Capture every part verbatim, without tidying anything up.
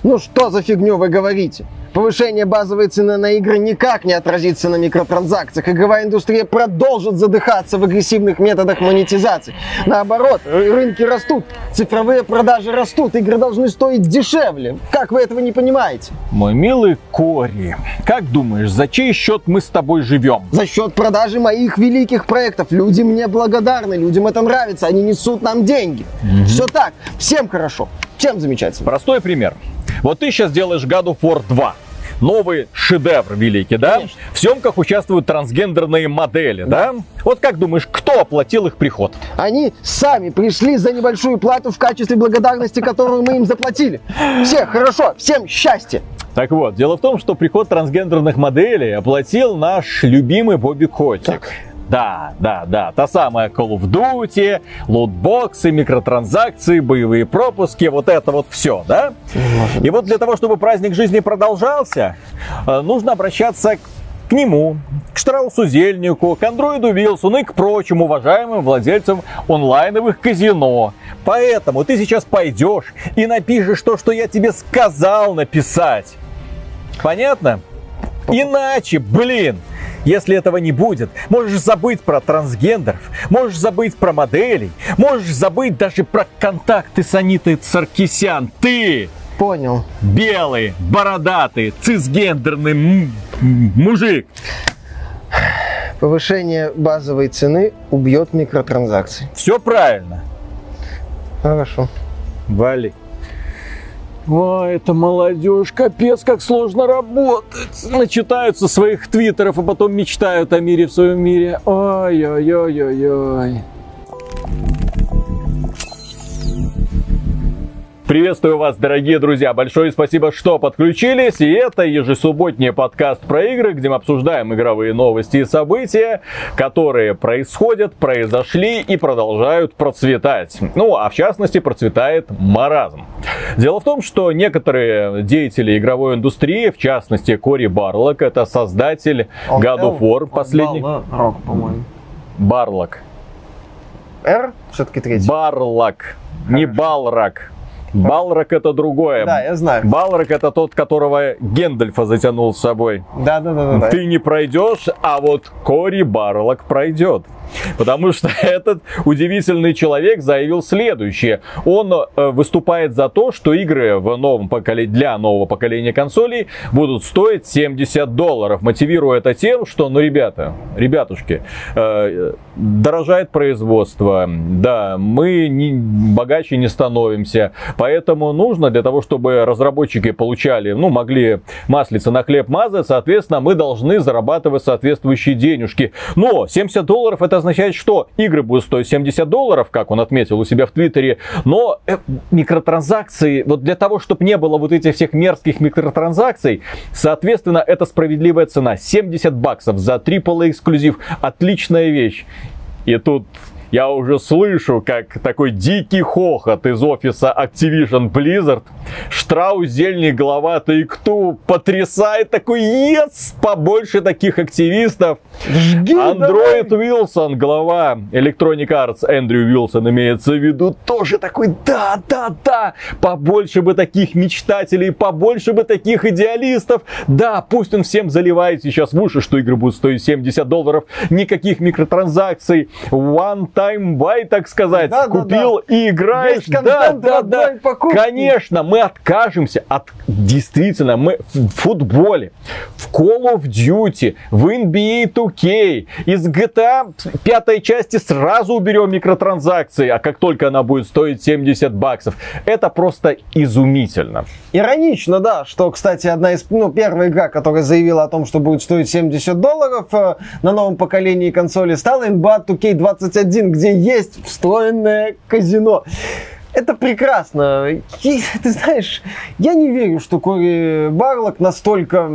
Ну что за фигню вы говорите? Повышение базовой цены на игры никак не отразится на микротранзакциях. Игровая индустрия продолжит задыхаться в агрессивных методах монетизации. Наоборот, рынки растут, цифровые продажи растут, игры должны стоить дешевле. Как вы этого не понимаете? Мой милый Кори, как думаешь, за чей счет мы с тобой живем? За счет продажи моих великих проектов. Люди мне благодарны, людям это нравится, они несут нам деньги. Mm-hmm. Все так, всем хорошо, всем замечательно. Простой пример. Вот ты сейчас делаешь God of War два. Новый шедевр великий, да? Конечно. В съемках участвуют трансгендерные модели, да? да? Вот как думаешь, кто оплатил их приход? Они сами пришли за небольшую плату в качестве благодарности, которую мы им заплатили. Все хорошо, всем счастья. Так вот, дело в том, что приход трансгендерных моделей оплатил наш любимый Бобби Котик. Так. Да, да, да, та самая Call of Duty, лутбоксы, микротранзакции, боевые пропуски, вот это вот все, да? И вот для того, чтобы праздник жизни продолжался, нужно обращаться к нему, к Штраусу Зельнику, к Андроиду Вилсону и к прочим уважаемым владельцам онлайновых казино. Поэтому ты сейчас пойдешь и напишешь то, что я тебе сказал написать. Понятно? Иначе, блин, если этого не будет, можешь забыть про трансгендеров, можешь забыть про моделей, можешь забыть даже про контакты с Анитой Саркисян. Ты, понял, белый, бородатый, цисгендерный м- м- мужик. Повышение базовой цены убьет микротранзакции. Все правильно. Хорошо. Вали. Ой, это молодежь, капец, как сложно работать. Начитаются своих твиттеров, а потом мечтают о мире в своем мире. Ой-ой-ой-ой-ой. Приветствую вас, дорогие друзья. Большое спасибо, что подключились. И это ежесубботний подкаст про игры, где мы обсуждаем игровые новости и события, которые происходят, произошли и продолжают процветать. Ну, а в частности, процветает маразм. Дело в том, что некоторые деятели игровой индустрии, в частности, Кори Барлок, это создатель он God of War, последний. Барлок, по-моему. Барлок. Р? Все-таки третий. Барлок, не Балрак. Балрак это другое. Да, я знаю. Балрак это тот, которого Гендальфа затянул с собой. Да, да, да, да. Ты не пройдешь, а вот Кори Барлок пройдет. Потому что этот удивительный человек заявил следующее. Он э, выступает за то, что игры в новом поколе... для нового поколения консолей будут стоить семьдесят долларов. Мотивируя это тем, что, ну, ребята, ребятушки, э, дорожает производство. Да, мы не, богаче не становимся. Поэтому нужно для того, чтобы разработчики получали, ну, могли маслица на хлеб мазать, соответственно, мы должны зарабатывать соответствующие денежки. Но семьдесят долларов это означает, что игры будут стоить семьдесят долларов, как он отметил у себя в Твиттере, но э, микротранзакции, вот для того, чтобы не было вот этих всех мерзких микротранзакций, соответственно, это справедливая цена. семьдесят баксов за трипл эй эксклюзив. Отличная вещь. И тут я уже слышу, как такой дикий хохот из офиса Activision Blizzard. Штраус Зельник, глава Take-Two, потрясает такой: yes, побольше таких активистов. Жги, Андроид Уилсон, глава Electronic Arts, Эндрю Уилсон имеется в виду, тоже такой: да, да, да, побольше бы таких мечтателей, побольше бы таких идеалистов. Да, пусть он всем заливает сейчас в уши, что игры будут стоить семьдесят долларов, никаких микротранзакций, one time buy, так сказать, да, купил, да, да, и играешь. Да, да, да, конечно, мы откажемся от, действительно, мы в футболе, в Call of Duty, в эн би эй ту кей, из джи ти эй пятой части сразу уберем микротранзакции, а как только она будет стоить семьдесят баксов. Это просто изумительно. Иронично, да, что, кстати, одна из, ну, первая игра, которая заявила о том, что будет стоить семьдесят долларов э, на новом поколении консоли, стала эн би эй ту кей двадцать один, где есть встроенное казино. Это прекрасно. И, ты знаешь, я не верю, что Кори Барлок настолько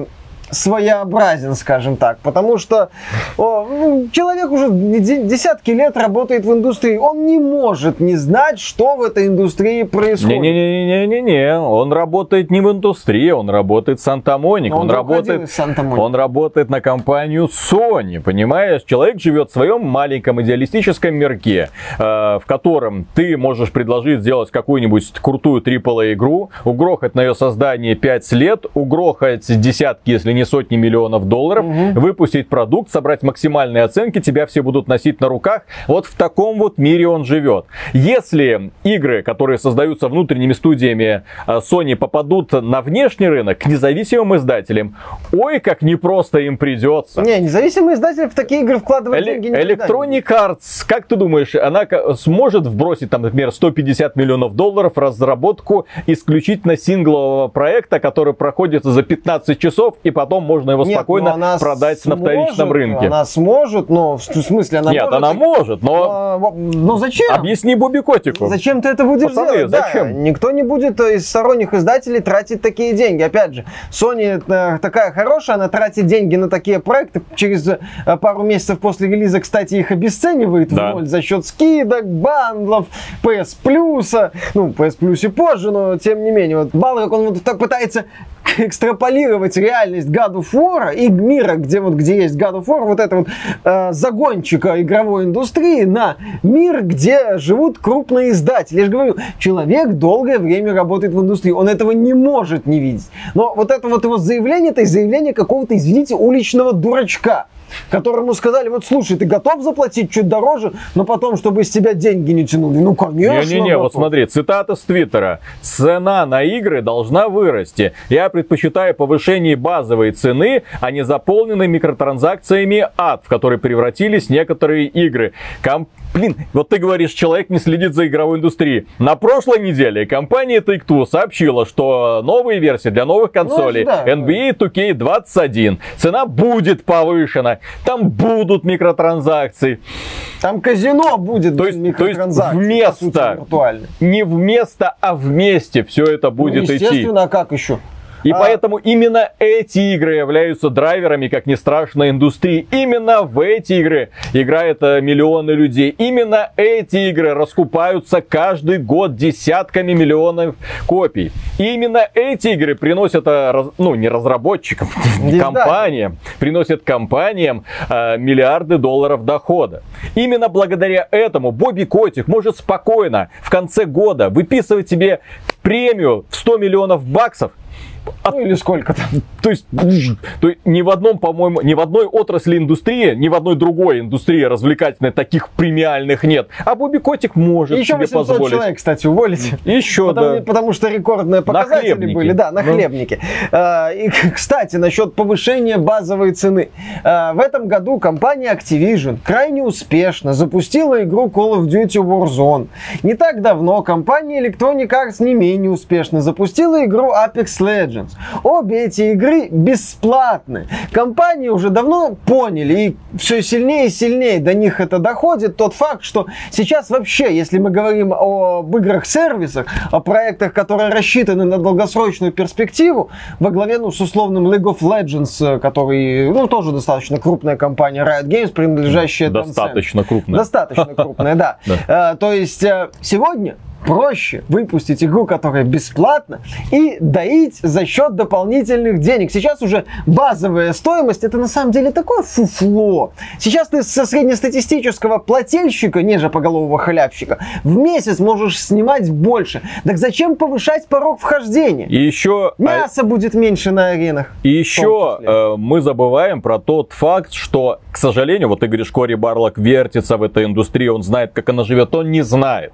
своеобразен, скажем так, потому что о, ну, человек уже десятки лет работает в индустрии, он не может не знать, что в этой индустрии происходит. Не-не-не-не-не, он работает не в индустрии, он работает в Санта-Монике, он, он, работает, он работает на компанию Sony, понимаешь? Человек живет в своем маленьком идеалистическом мирке, э, в котором ты можешь предложить сделать какую-нибудь крутую трипл-эй игру, угрохать на ее создание пять лет, угрохать десятки, если не сотни миллионов долларов, угу. выпустить продукт, собрать максимальные оценки, тебя все будут носить на руках. Вот в таком вот мире он живет. Если игры, которые создаются внутренними студиями Sony, попадут на внешний рынок к независимым издателям, ой, как непросто им придется. Не, независимый издатель в такие игры вкладывать Эле- деньги никогда Electronic Arts, как ты думаешь, она сможет вбросить, там, например, сто пятьдесят миллионов долларов в разработку исключительно синглового проекта, который проходит за пятнадцать часов, и потом можно его Нет, спокойно продать сможет, на вторичном рынке? Она сможет, но в смысле она Нет, может. она может, но... Но, но зачем? Объясни Бобби Котику. Зачем ты это будешь Пацаны, делать? зачем? Да, никто не будет из сторонних издателей тратить такие деньги. Опять же, Sony такая хорошая, она тратит деньги на такие проекты. Через пару месяцев после релиза, кстати, их обесценивает да. в ноль за счет скидок, бандлов, пи эс Plus. Ну, пи эс Plus и позже, но тем не менее. Вот Балрог, он вот так пытается экстраполировать реальность God of War и мира, где вот где есть God of War, вот это вот э, загончика игровой индустрии на мир, где живут крупные издатели. Я же говорю, человек долгое время работает в индустрии, он этого не может не видеть. Но вот это вот его заявление, это заявление какого-то, извините, уличного дурачка, которому сказали, вот слушай, ты готов заплатить чуть дороже, но потом, чтобы из тебя деньги не тянули? Ну, конечно. Не-не-не, вот смотри, цитата с Твиттера. Цена на игры должна вырасти. Я предпочитаю повышение базовой цены, а не заполненный микротранзакциями ад, в который превратились некоторые игры. Комп... Блин, вот ты говоришь, человек не следит за игровой индустрией. На прошлой неделе компания Take-Two сообщила, что новые версии для новых консолей ну, да, эн би эй ту кей двадцать один цена будет повышена. Там будут микротранзакции. Там казино будет то есть, микротранзакции. То есть вместо, не вместо, а вместе все это будет ну, естественно, идти. Естественно, а как еще? И а... поэтому именно эти игры являются драйверами, как ни страшно, индустрии. Именно в эти игры играют миллионы людей. Именно эти игры раскупаются каждый год десятками миллионов копий. И именно эти игры приносят, ну не разработчикам, компаниям, приносят компаниям э, миллиарды долларов дохода. Именно благодаря этому Бобби Котик может спокойно в конце года выписывать себе премию в сто миллионов баксов. А, ну или сколько там. То есть, то есть ни в одном, по-моему, ни в одной отрасли индустрии, ни в одной другой индустрии развлекательной таких премиальных нет. А Бобби Котик может еще себе позволить. Еще восемьсот человек, кстати, уволить. Еще, потому, да. Потому что рекордные показатели были. Да, на хлебнике. А, и, кстати, насчет повышения базовой цены. А, в этом году компания Activision крайне успешно запустила игру Call of Duty Warzone. Не так давно компания Electronic Arts не менее успешно запустила игру Apex Legends. Обе эти игры бесплатны. Компании уже давно поняли, и все сильнее и сильнее до них это доходит, тот факт, что сейчас вообще, если мы говорим об играх-сервисах, о проектах, которые рассчитаны на долгосрочную перспективу, во главе, ну, с условным League of Legends, который, ну, тоже достаточно крупная компания Riot Games, принадлежащая Tencent. Достаточно крупная. Достаточно крупная, да. То есть сегодня проще выпустить игру, которая бесплатна, и доить за счет дополнительных денег. Сейчас уже базовая стоимость, это на самом деле такое фуфло. Сейчас ты со среднестатистического плательщика, ниже поголового халявщика, в месяц можешь снимать больше. Так зачем повышать порог вхождения? И еще... Мясо а... будет меньше на аренах. И еще э, мы забываем про тот факт, что, к сожалению, вот ты говоришь, Кори Барлок вертится в этой индустрии, он знает, как она живет, он не знает.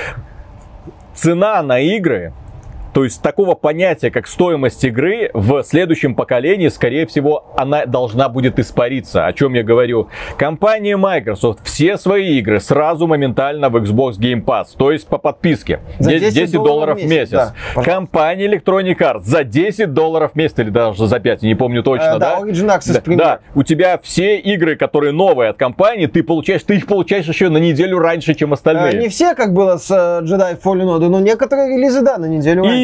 Цена на игры, то есть такого понятия, как стоимость игры, в следующем поколении, скорее всего, она должна будет испариться. О чем я говорю? Компания Microsoft все свои игры сразу моментально в Xbox Game Pass, то есть по подписке. За десять долларов в месяц. месяц. Да, компания Electronic Arts за десять долларов в месяц, или даже за пять, я не помню точно, а, да? Да, Origin Access, да, да, у тебя все игры, которые новые от компании, ты получаешь, ты их получаешь еще на неделю раньше, чем остальные. А, не все, как было с uh, Jedi Fallen Order, но некоторые релизы, да, на неделю И раньше.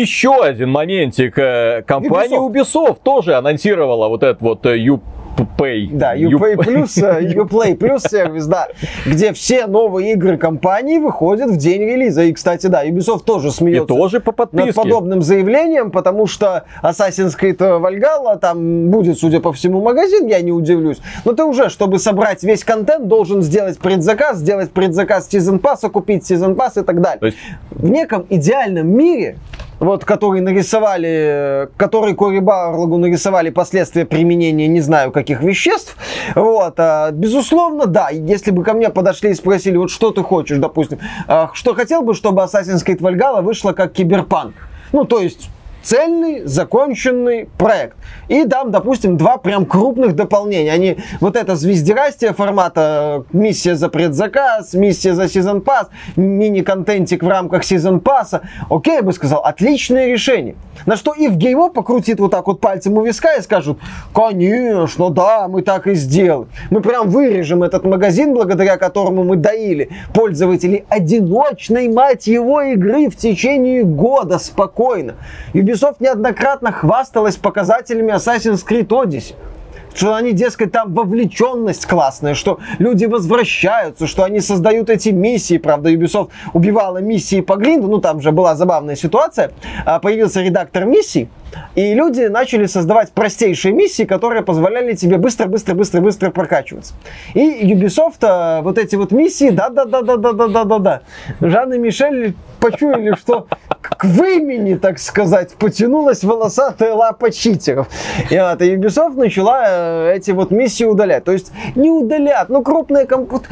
еще один моментик. Компания Ubisoft, Ubisoft тоже анонсировала вот этот вот U Pay. Да, Uplay Plus, Uplay Plus сервис, да, где все новые игры компании выходят в день релиза. И, кстати, да, Ubisoft тоже смеется и тоже по подписке. Над подобным заявлением, потому что Assassin's Creed Valhalla, там будет, судя по всему, магазин, я не удивлюсь. Но ты уже, чтобы собрать весь контент, должен сделать предзаказ, сделать предзаказ Season Pass, купить Season Pass и так далее. То есть... В неком идеальном мире, вот, который нарисовали, который Кори Барлагу нарисовали последствия применения не знаю каких веществ, вот, а, безусловно, да, если бы ко мне подошли и спросили, вот что ты хочешь, допустим, а, что хотел бы, чтобы Assassin's Creed Valhalla вышла как киберпанк, ну, то есть... цельный, законченный проект. И там, допустим, два прям крупных дополнения. Они, вот это звездерастие формата миссия за предзаказ, миссия за Season Pass, мини-контентик в рамках Season Pass. Окей, я бы сказал, отличное решение. На что и в Геймо покрутит вот так вот пальцем у виска и скажут, конечно, да, мы так и сделаем. Мы прям вырежем этот магазин, благодаря которому мы доили пользователей одиночной, мать его, игры в течение года спокойно. Ubisoft неоднократно хвасталась показателями Assassin's Creed Odyssey. Что они, дескать, там вовлеченность классная, что люди возвращаются, что они создают эти миссии. Правда, Ubisoft убивала миссии по гринду, ну там же была забавная ситуация. Появился редактор миссий, и люди начали создавать простейшие миссии, которые позволяли тебе быстро-быстро-быстро-быстро прокачиваться. И Ubisoft вот эти вот миссии, да-да-да-да-да-да-да-да. Жан и Мишель почуяли, что к вымени, так сказать, потянулась волосатая лапа читеров. И вот, и Ubisoft начала эти вот миссии удалять. То есть не удалят, но крупные компании...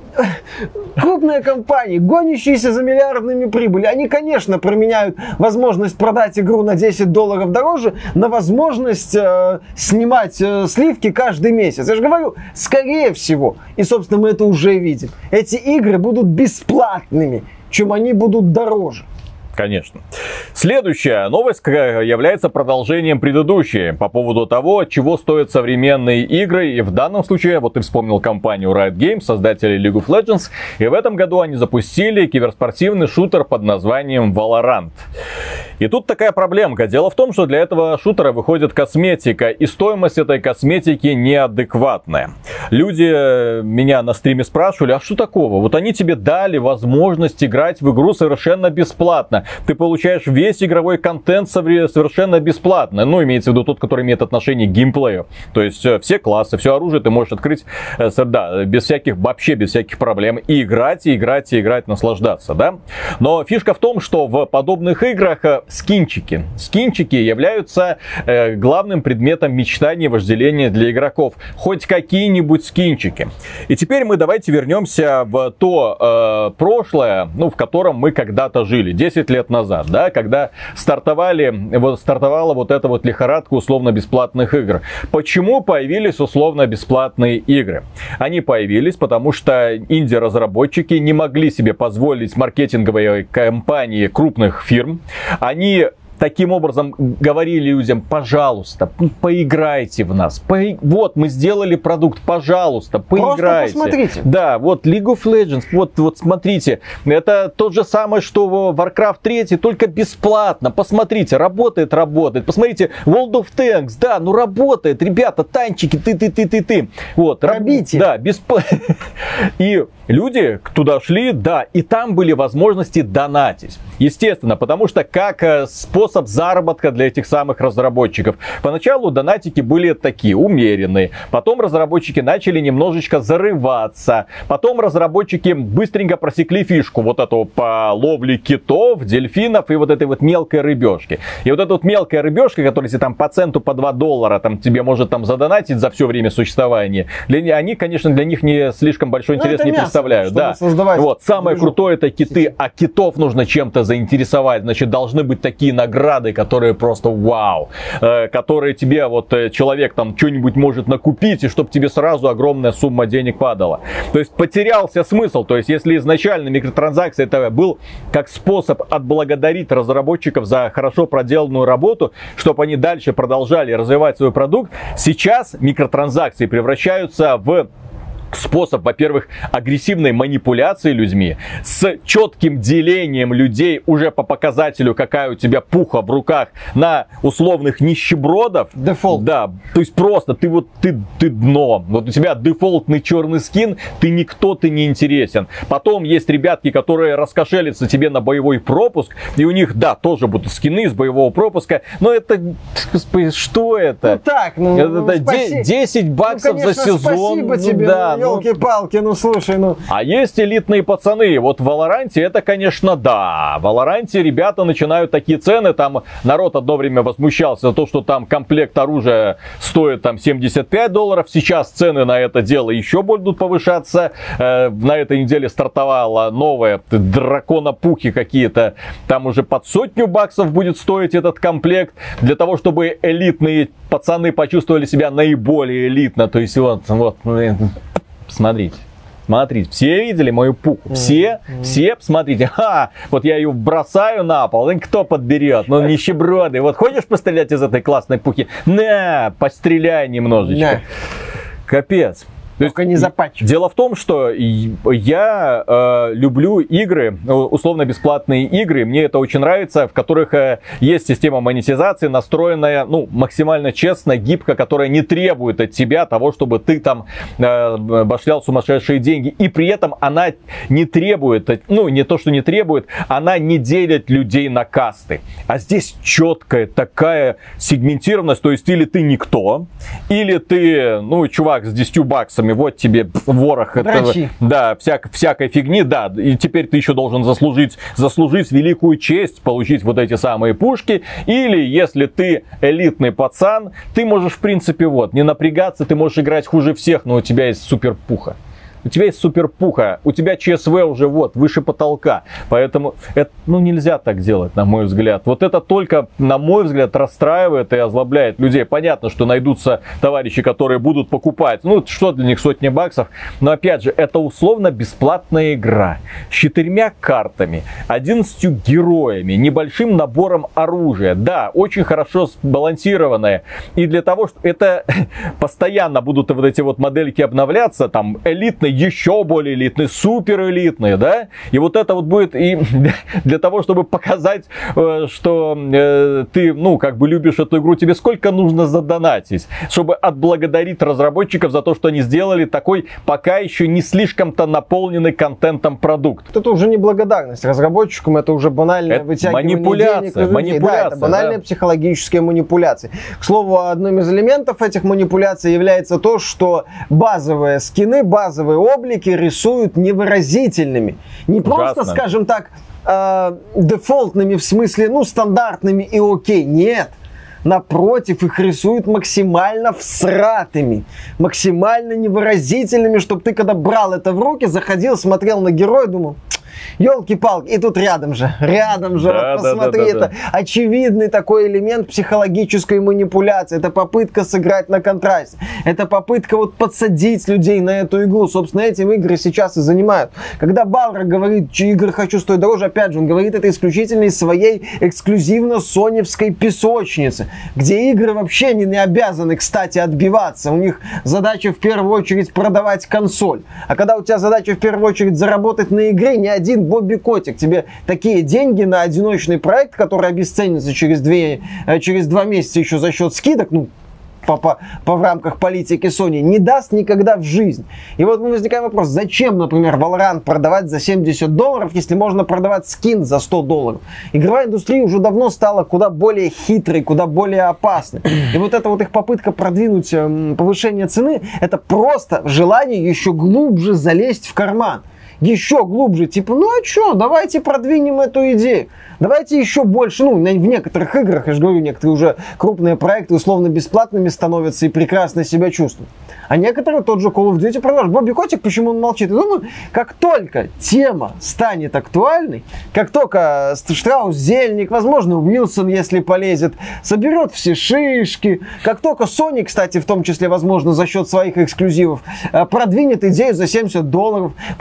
Крупные компании, гонящиеся за миллиардными прибылями, они, конечно, променяют возможность продать игру на десять долларов дороже на возможность э, снимать э, сливки каждый месяц. Я же говорю, скорее всего, и, собственно, мы это уже видим, эти игры будут бесплатными, чем они будут дороже. Конечно. Следующая новость является продолжением предыдущей по поводу того, чего стоят современные игры. И в данном случае, вот ты вспомнил компанию Riot Games, создатели League of Legends. И в этом году они запустили киберспортивный шутер под названием Valorant. И тут такая проблемка. Дело в том, что для этого шутера выходит косметика, и стоимость этой косметики неадекватная. Люди меня на стриме спрашивали, а что такого? Вот они тебе дали возможность играть в игру совершенно бесплатно. Ты получаешь весь игровой контент совершенно бесплатно. Ну, имеется в виду тот, который имеет отношение к геймплею. То есть все классы, все оружие ты можешь открыть, да, без всяких, вообще без всяких проблем. И играть, и играть, и играть, наслаждаться, да. Но фишка в том, что в подобных играх скинчики. Скинчики являются э, главным предметом мечтания и вожделения для игроков. Хоть какие-нибудь скинчики. И теперь мы давайте вернемся в то э, прошлое, ну, в котором мы когда-то жили. десять лет назад, да, когда стартовали, вот, стартовала вот эта вот лихорадка условно-бесплатных игр. Почему появились условно-бесплатные игры? Они появились, потому что инди-разработчики не могли себе позволить маркетинговые кампании крупных фирм. Они таким образом говорили людям, пожалуйста, поиграйте в нас. По... Вот, мы сделали продукт, пожалуйста, поиграйте. Просто посмотрите. Да, вот League of Legends, вот, вот смотрите. Это то же самое, что Warcraft три, только бесплатно. Посмотрите, работает, работает. Посмотрите, World of Tanks, да, ну работает. Ребята, танчики, ты-ты-ты-ты-ты. Вот, пробите. Да, бесплатно. И люди туда шли, да, и там были возможности донатить. Естественно, потому что как способ заработка для этих самых разработчиков. Поначалу донатики были такие, умеренные. Потом разработчики начали немножечко зарываться. Потом разработчики быстренько просекли фишку вот эту по ловле китов, дельфинов и вот этой вот мелкой рыбешки. И вот эта вот мелкая рыбешка, которая если там по центу по два доллара там тебе может там задонатить за все время существования, для, они, конечно, для них не слишком большой интерес не мясо, представляют. Да. Вот, самое движу. Крутое это киты, а китов нужно чем-то заинтересовать. Значит, должны быть такие награды, которые просто вау. Э, которые тебе вот человек там что-нибудь может накупить, и чтобы тебе сразу огромная сумма денег падала. То есть потерялся смысл. То есть если изначально микротранзакции это был как способ отблагодарить разработчиков за хорошо проделанную работу, чтобы они дальше продолжали развивать свой продукт, сейчас микротранзакции превращаются в способ, во-первых, агрессивной манипуляции людьми, с четким делением людей уже по показателю, какая у тебя пуха в руках, на условных нищебродов. Дефолт. Да, то есть просто ты вот, ты, ты дно. Вот у тебя дефолтный черный скин, ты никто, ты не интересен. Потом есть ребятки, которые раскошелятся тебе на боевой пропуск, и у них, да, тоже будут скины с боевого пропуска, но это, господи, что это? Ну так, ну, это, ну это спаси... десять баксов ну, конечно, за сезон. Спасибо ну, тебе, да, ну, елки-палки, ну слушай, ну. А есть элитные пацаны. Вот в Валоранте это, конечно, да. В Валоранте ребята начинают такие цены. Там народ одно время возмущался за то, что там комплект оружия стоит там семьдесят пять долларов. Сейчас цены на это дело еще будут повышаться. Э, на этой неделе стартовала новая драконопухи какие-то. Там уже под сотню баксов будет стоить этот комплект. Для того, чтобы элитные пацаны почувствовали себя наиболее элитно. То есть вот, вот, смотрите. Смотрите, все видели мою пуху? Все, mm-hmm. все, смотрите, ха, вот я ее бросаю на пол, и кто подберет? Ну, нищеброды. Вот хочешь пострелять из этой классной пухи? На, постреляй немножечко. Yeah. Капец. Только не запачкай. Дело в том, что я э, люблю игры, условно-бесплатные игры. Мне это очень нравится, в которых э, есть система монетизации, настроенная ну, максимально честно, гибко, которая не требует от тебя того, чтобы ты там э, башлял сумасшедшие деньги. И при этом она не требует, ну не то, что не требует, она не делит людей на касты. А здесь четкая такая сегментированность, то есть или ты никто, или ты, ну, чувак с десятью баксами, вот тебе ворох этого, да, всяк, всякой фигни, да, и теперь ты еще должен заслужить, заслужить великую честь, получить вот эти самые пушки, или если ты элитный пацан, ты можешь, в принципе, вот, не напрягаться, ты можешь играть хуже всех, но у тебя есть супер пуха. У тебя есть супер пуха, у тебя ЧСВ уже вот, выше потолка. Поэтому это, ну, нельзя так делать, на мой взгляд. Вот это только, на мой взгляд, расстраивает и озлобляет людей. Понятно, что найдутся товарищи, которые будут покупать. Ну, что для них сотни баксов. Но, опять же, это условно бесплатная игра. С четырьмя картами, одиннадцатью героями, небольшим набором оружия. Да, очень хорошо сбалансированная. И для того, что это постоянно будут вот эти вот модельки обновляться, там, элитные, еще более элитные, супер элитные, да, и вот это вот будет и для того, чтобы показать, что э, ты, ну, как бы любишь эту игру, тебе сколько нужно задонатить, чтобы отблагодарить разработчиков за то, что они сделали такой пока еще не слишком-то наполненный контентом продукт. Это уже не благодарность разработчикам, это уже банальное это вытягивание манипуляция, денег из людей. манипуляция, да, это банальная да. психологическая манипуляция. К слову, одним из элементов этих манипуляций является то, что базовые скины, базовые облики рисуют невыразительными. Не Ужасно. Просто, скажем так, э, дефолтными в смысле, ну, стандартными и окей. Нет. Напротив, их рисуют максимально всратыми, максимально невыразительными, чтобы ты, когда брал это в руки, заходил, смотрел на героя, думал... Елки-палки, и тут рядом же, рядом же, да, вот посмотри, да, да, да, это да. очевидный такой элемент психологической манипуляции, это попытка сыграть на контрасте, это попытка вот подсадить людей на эту игру, собственно, этим игры сейчас и занимают. Когда Балрог говорит, что игры хочу стоить дороже, опять же, он говорит это исключительно из своей эксклюзивно соневской песочницы, где игры вообще не, не обязаны, кстати, отбиваться, у них задача в первую очередь продавать консоль, а когда у тебя задача в первую очередь заработать на игре, не один Бобби Котик тебе такие деньги на одиночный проект, который обесценится через, две, через два месяца еще за счет скидок, ну, по, по, по в рамках политики Sony, не даст никогда в жизнь. И вот возникает вопрос, зачем, например, Valorant продавать за семьдесят долларов, если можно продавать скин за сто долларов? Игровая индустрия уже давно стала куда более хитрой, куда более опасной. И вот эта вот их попытка продвинуть повышение цены, это просто желание еще глубже залезть в карман. Еще глубже, типа, ну а что, давайте продвинем эту идею. Давайте еще больше, ну, в некоторых играх, я же говорю, некоторые уже крупные проекты условно бесплатными становятся и прекрасно себя чувствуют. А некоторые, тот же Call of Duty продолжают. Бобби Котик, почему он молчит? Я думаю, как только тема станет актуальной, как только Штраус-Зельник, возможно, Уилсон, если полезет, соберет все шишки, как только Sony, кстати, в том числе, возможно, за счет своих эксклюзивов, продвинет идею за семьдесят долларов. Потому, на самом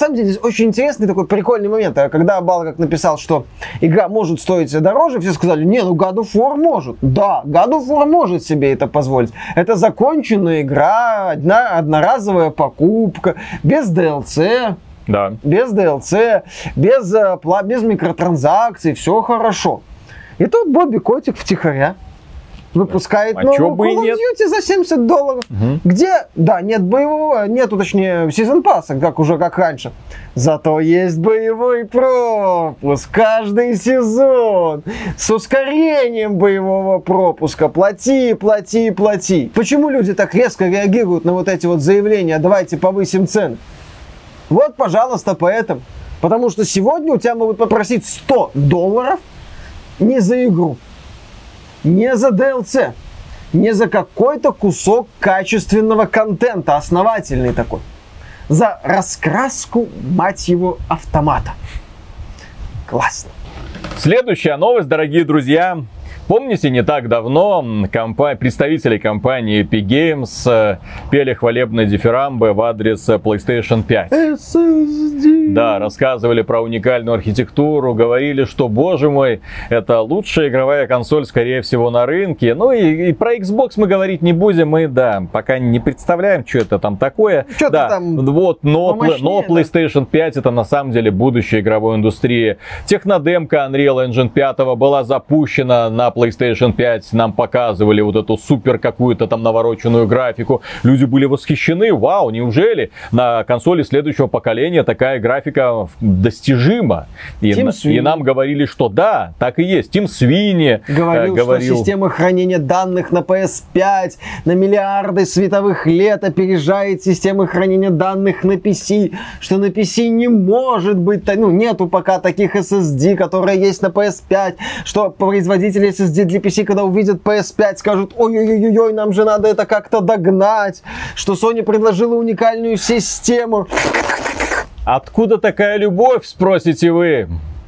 самом деле здесь очень интересный такой прикольный момент. Когда Балрак написал, что игра может стоить дороже, все сказали, не, ну God of War может. Да, God of War может себе это позволить. Это законченная игра, одна, одноразовая покупка, без ди эл си. Да. Без ди эл си, без, без микротранзакций, все хорошо. И тут Бобби Котик втихаря выпускает а новую бы Call of Duty за семьдесят долларов. Угу. Где, да, нет боевого, нету, точнее, сезон пасса, как уже как раньше. Зато есть боевой пропуск каждый сезон с ускорением боевого пропуска. Плати, плати, плати. Почему люди так резко реагируют на вот эти вот заявления, давайте повысим цены? Вот, пожалуйста, поэтому. Потому что сегодня у тебя могут попросить сто долларов не за игру, не за ди эл си, не за какой-то кусок качественного контента, основательный такой. За раскраску, мать его, автомата. Классно. Следующая новость, дорогие друзья. Помните, не так давно компа- представители компании Epic Games пели хвалебные дифирамбы в адрес PlayStation пять. эс эс ди. Да, рассказывали про уникальную архитектуру, говорили, что, боже мой, это лучшая игровая консоль, скорее всего, на рынке. Ну и, и про Xbox мы говорить не будем, мы, да, пока не представляем, что это там такое. Что-то да, там вот, но, помощнее, но PlayStation пять это на самом деле будущее игровой индустрии. Технодемка Unreal Engine пять была запущена на PlayStation пять, нам показывали вот эту супер какую-то там навороченную графику. Люди были восхищены, вау, неужели на консоли следующего поколения такая графика достижима? И, и нам говорили, что да, так и есть. Тим Свини говорил, э, говорил, что система хранения данных на пи эс пять на миллиарды световых лет опережает системы хранения данных на пи си, что на пи си не может быть, ну, нету пока таких эс эс ди, которые есть на пи эс пять, что производители эс эс ди для пи си, когда увидят пи эс пять, скажут, ой-ой-ой, нам же надо это как-то догнать, что Sony предложила уникальную систему. Откуда такая любовь, спросите вы?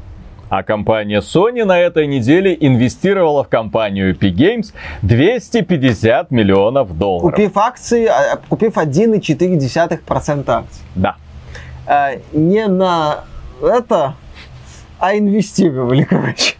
А компания Sony на этой неделе инвестировала в компанию Epic Games двести пятьдесят миллионов долларов. Купив акции, купив один целых четыре десятых процента акций. Да. А, не на это, а инвестировали, короче.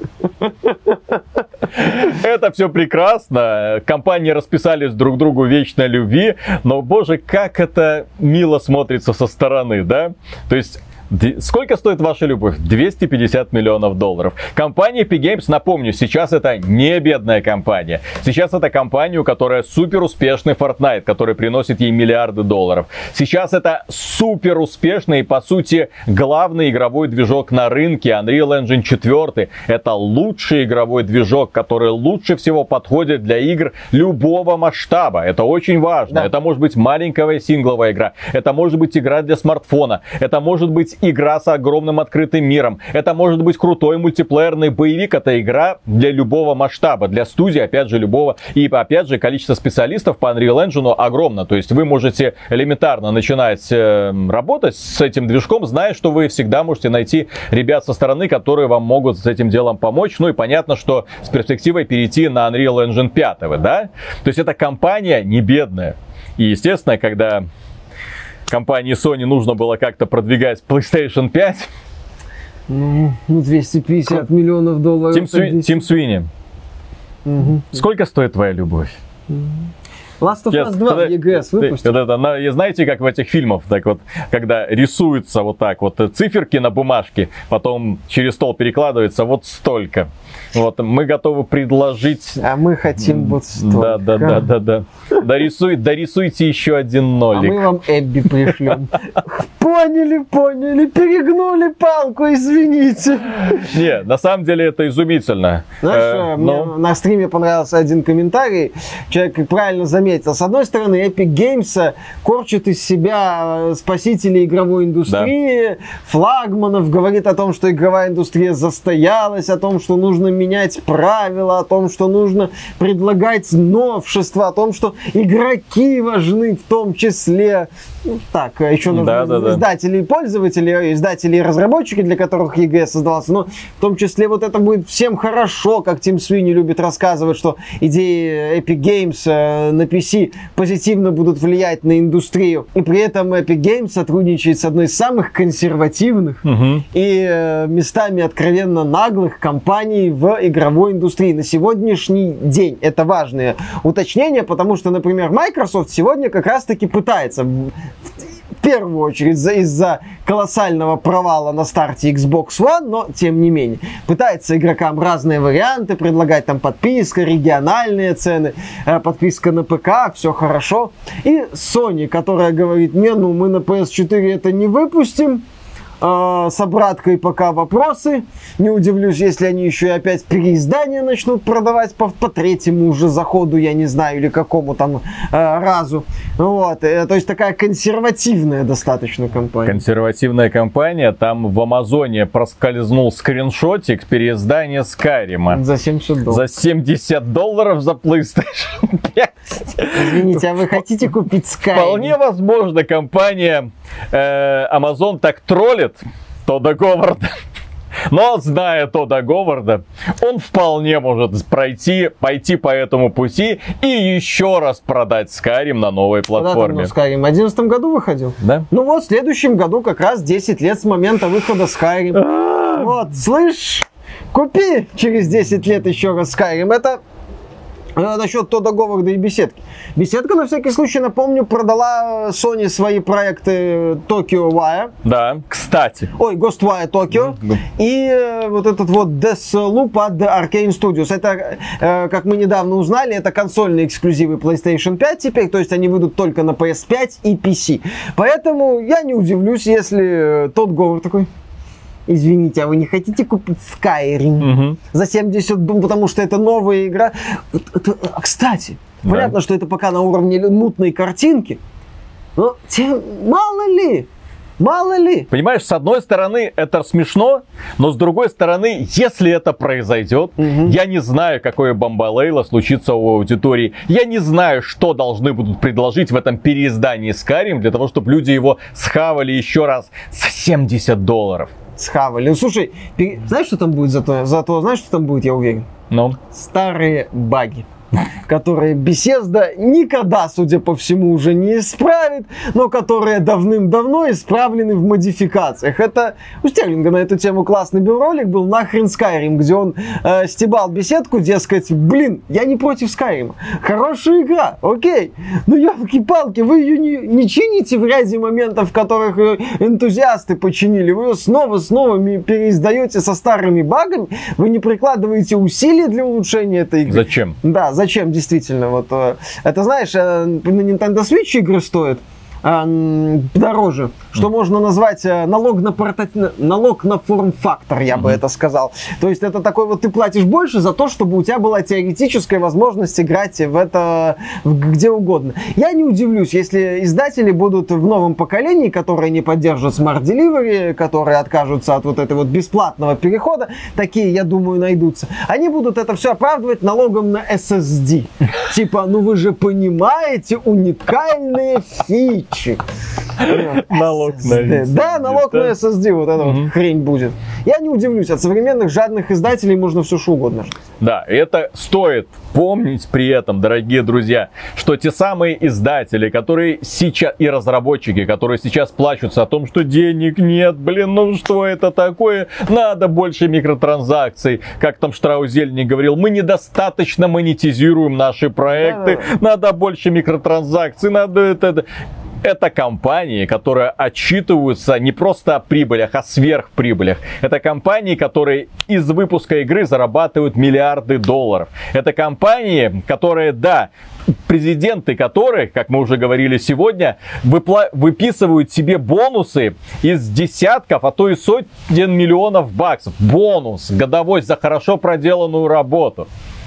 Это все прекрасно. Компании расписались друг другу в вечной любви. Но, боже, как это мило смотрится со стороны, да? То есть... Сколько стоит ваша любовь? двести пятьдесят миллионов долларов. Компания Epic Games, напомню, сейчас это не бедная компания. Сейчас это компания, у которой супер успешный Fortnite, который приносит ей миллиарды долларов. Сейчас это супер успешный и, по сути, главный игровой движок на рынке. Unreal Engine четыре. Это лучший игровой движок, который лучше всего подходит для игр любого масштаба. Это очень важно. Да. Это может быть маленькая сингловая игра. Это может быть игра для смартфона. Это может быть игра с огромным открытым миром. Это может быть крутой мультиплеерный боевик. Это игра для любого масштаба. Для студии, опять же, любого. И, опять же, количество специалистов по Unreal Engine огромно. То есть вы можете элементарно начинать э, работать с этим движком, зная, что вы всегда можете найти ребят со стороны, которые вам могут с этим делом помочь. Ну и понятно, что с перспективой перейти на Unreal Engine пять, да? То есть эта компания не бедная. И, естественно, когда компании Sony нужно было как-то продвигать PlayStation пять. Ну, двести пятьдесят миллионов долларов. Тим, Сви... Тим Свини. Угу. Сколько стоит твоя любовь? Угу. Last of Us два в и джи эс выпустил. Знаете, как в этих фильмах, так вот, когда рисуются вот так вот циферки на бумажке, потом через стол перекладывается вот столько. Вот, мы готовы предложить... А мы хотим вот столько. Да, да, да, да, да. Дорисуй, дорисуйте еще один нолик. А мы вам Эбби пришлем. Поняли, поняли, перегнули палку, извините. Не, на самом деле это изумительно. Знаешь, э, мне но... на стриме понравился один комментарий. Человек правильно заметил. С одной стороны, Epic Games корчит из себя спасителей игровой индустрии, да. флагманов, говорит о том, что игровая индустрия застоялась, о том, что нужно менять правила, о том, что нужно предлагать новшества, о том, что игроки важны в том числе. Ну, так, еще нужно да, да, да. издателей и пользователей, издатели и разработчики, для которых и джи эс создавался, но в том числе вот это будет всем хорошо, как Тим Свини любит рассказывать, что идеи Epic Games на пи си позитивно будут влиять на индустрию. И при этом Epic Games сотрудничает с одной из самых консервативных угу. и местами откровенно наглых компаний в игровой индустрии на сегодняшний день. Это важное уточнение, потому что, например, Microsoft сегодня как раз-таки пытается в первую очередь из-за, из-за колоссального провала на старте Xbox One, но тем не менее пытается игрокам разные варианты предлагать, там подписка, региональные цены, подписка на ПК, все хорошо. И Sony, которая говорит: не, ну мы на пи эс четыре это не выпустим, с обраткой пока вопросы. Не удивлюсь, если они еще и опять переиздания начнут продавать по, по третьему уже заходу, я не знаю, или какому там э, разу. Вот. То есть такая консервативная достаточно компания. Консервативная компания. Там в Амазоне проскользнул скриншотик переиздания Скайрима. За семьдесят долларов. За семьдесят долларов за PlayStation пять. Извините, а вы хотите купить Skyrim? Вполне возможно, компания э, Amazon так троллит Тодда Говарда. Но, зная Тодда Говарда, он вполне может пройти, пойти по этому пути и еще раз продать Skyrim на новой платформе. Когда там Skyrim? В одиннадцатом году выходил? Да. Ну вот, в следующем году как раз десять лет с момента выхода Skyrim. Вот, слышь, купи через десять лет еще раз Skyrim. Это... Насчет Тодда Говарда и беседки. Беседка, на всякий случай, напомню, продала Sony свои проекты Tokyo Wire. Да, кстати. Ой, Ghostwire Tokyo. Mm-hmm. И вот этот вот Deathloop от Arkane Studios. Это, как мы недавно узнали, это консольные эксклюзивы PlayStation пять теперь. То есть они выйдут только на пи эс пять и пи си. Поэтому я не удивлюсь, если Тодд Говард такой: извините, а вы не хотите купить Skyrim угу. за семьдесят долларов, потому что это новая игра? Это, кстати, да. Понятно, что это пока на уровне мутной картинки, но тем, мало ли, мало ли. Понимаешь, с одной стороны это смешно, но с другой стороны, если это произойдет, угу. я не знаю, какое бомбалейло случится у аудитории. Я не знаю, что должны будут предложить в этом переиздании Skyrim для того, чтобы люди его схавали еще раз за семьдесят долларов. Схавали. Ну, слушай, пере... знаешь, что там будет зато? Зато знаешь, что там будет, я уверен? Ну? Старые баги, которые Bethesda никогда, судя по всему, уже не исправит, но которые давным-давно исправлены в модификациях. Это у Стерлинга на эту тему классный был ролик, был «Нахрен Skyrim», где он э, стебал беседку, дескать: блин, я не против Skyrim, хорошая игра, окей, но ёлки-палки, вы ее не, не чините в ряде моментов, в которых энтузиасты починили, вы ее снова-снова переиздаете со старыми багами, вы не прикладываете усилий для улучшения этой игры. Зачем? Да, зачем, действительно. Вот, это, знаешь, на Nintendo Switch игры стоят дороже, что mm. можно назвать налог на, порта... налог на форм-фактор, я mm-hmm. бы это сказал. То есть это такой вот, ты платишь больше за то, чтобы у тебя была теоретическая возможность играть в это где угодно. Я не удивлюсь, если издатели будут в новом поколении, которые не поддержат Smart Delivery, которые откажутся от вот этого вот бесплатного перехода, такие, я думаю, найдутся. Они будут это все оправдывать налогом на эс эс ди. Типа, ну вы же понимаете, уникальные фичи. Налог на эс эс ди. Да, налог на эс эс ди, вот эта вот хрень будет. Я не удивлюсь, от современных жадных издателей можно все что угодно ждать. Да, это стоит помнить при этом, дорогие друзья, что те самые издатели, которые сейчас, и разработчики, которые сейчас плачутся о том, что денег нет, блин, ну что это такое, надо больше микротранзакций, как там Штраузельник говорил, мы недостаточно монетизируем наши проекты, да-да-да. Надо больше микротранзакций, надо это... Это компании, которые отчитываются не просто о прибылях, а сверхприбылях. Это компании, которые из выпуска игры зарабатывают миллиарды долларов. Это компании, которые, да, президенты которых, как мы уже говорили сегодня, выпла- выписывают себе бонусы из десятков, а то и сотен миллионов баксов. Бонус годовой за хорошо проделанную работу.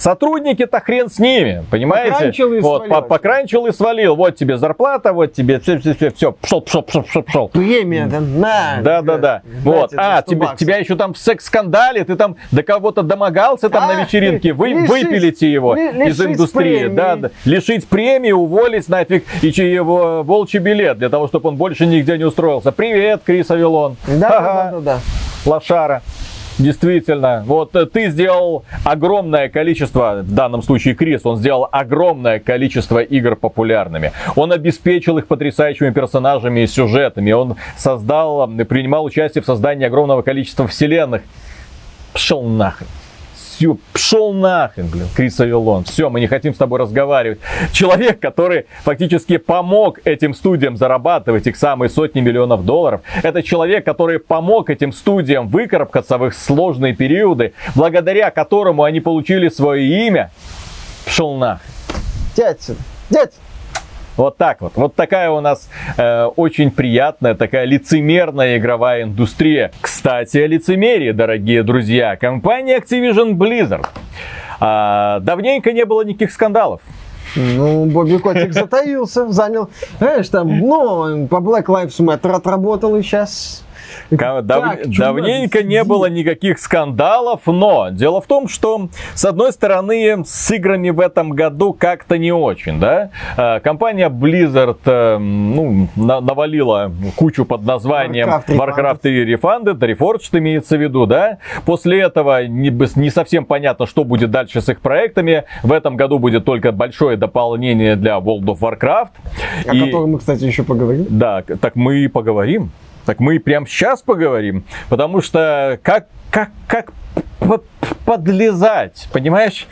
Сотрудники-то хрен с ними, понимаете? Покранчил и вот, свалил. Покранчил и свалил. Вот тебе зарплата, вот тебе все, все, все, все. Пшел, пшел, пшел, пшел, пшел. Премия, да, на. Да, да, да. Вот. А, тебя, тебя еще там в секс-скандале, ты там до кого-то домогался там А, на вечеринке, вы лишить, выпилите его ли, из индустрии. Да, да. Лишить премии, уволить нафиг и его волчий билет для того, чтобы он больше нигде не устроился. Привет, Крис Авилон. Да, Ага. да, да, да, да. Лошара. Действительно, вот ты сделал огромное количество, в данном случае Крис, он сделал огромное количество игр популярными. Он обеспечил их потрясающими персонажами и сюжетами. Он создал, принимал участие в создании огромного количества вселенных. Пшел нахрен. Все, пшел нахрен, блин, Крис Авилон. Все, мы не хотим с тобой разговаривать. Человек, который фактически помог этим студиям зарабатывать их самые сотни миллионов долларов. Это человек, который помог этим студиям выкарабкаться в их сложные периоды, благодаря которому они получили свое имя. Пшел нахрен. Дядь, дядь. Вот так вот. Вот такая у нас э, очень приятная, такая лицемерная игровая индустрия. Кстати, о лицемерии, дорогие друзья. Компания Activision Blizzard. А, давненько не было никаких скандалов. Ну, Бобби Котик затаился, занял. Знаешь, там, ну, по Black Lives Matter отработал и сейчас... Дав... Так, Давненько чудо, не сиди. было никаких скандалов, но дело в том, что с одной стороны с играми в этом году как-то не очень, да? Э, Компания Blizzard э, ну, на- навалила кучу под названием Warcraft Warcraft и Refunded, Reforged имеется в виду, да? После этого не, б- не совсем понятно, что будет дальше с их проектами. В этом году будет только большое дополнение для World of Warcraft. О И- котором мы, кстати, еще поговорим. Да, к- так мы и поговорим. Так мы и прямо сейчас поговорим. Потому что как, как, как п- п- подлезать, понимаешь?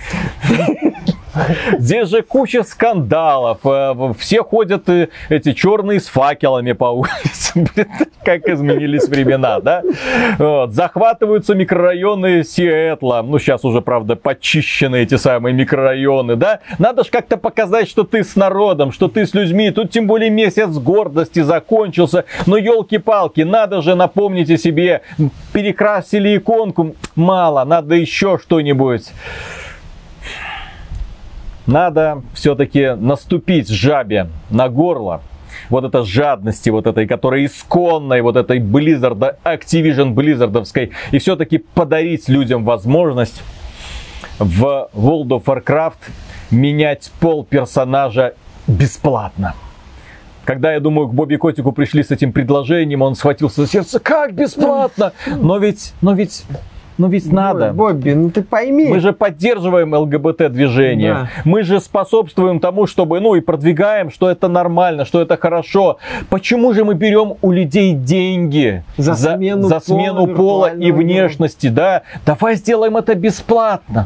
Здесь же куча скандалов. э, Все ходят э, эти черные с факелами по улице. Блин, как изменились времена, да? Вот. Захватываются микрорайоны Сиэтла. Ну, сейчас уже, правда, почищены эти самые микрорайоны, да? Надо же как-то показать, что ты с народом, что ты с людьми. Тут тем более месяц гордости закончился. Но елки-палки, надо же напомнить о себе. Перекрасили иконку. Мало, надо еще что-нибудь. Надо все-таки наступить жабе на горло. Вот этой жадности, вот этой, которая исконной, вот этой Blizzard, Activision Blizzardовской. И все-таки подарить людям возможность в World of Warcraft менять пол персонажа бесплатно. Когда, я думаю, к Бобби Котику пришли с этим предложением, он схватился за сердце. Как бесплатно? Но ведь, но ведь... Но ведь надо. Бобби, ну ты пойми. Мы же поддерживаем ЛГБТ-движение. Да. Мы же способствуем тому, чтобы, ну и продвигаем, что это нормально, что это хорошо. Почему же мы берем у людей деньги За смену за пола, смену пола и виртуального внешности, да? Давай сделаем это бесплатно.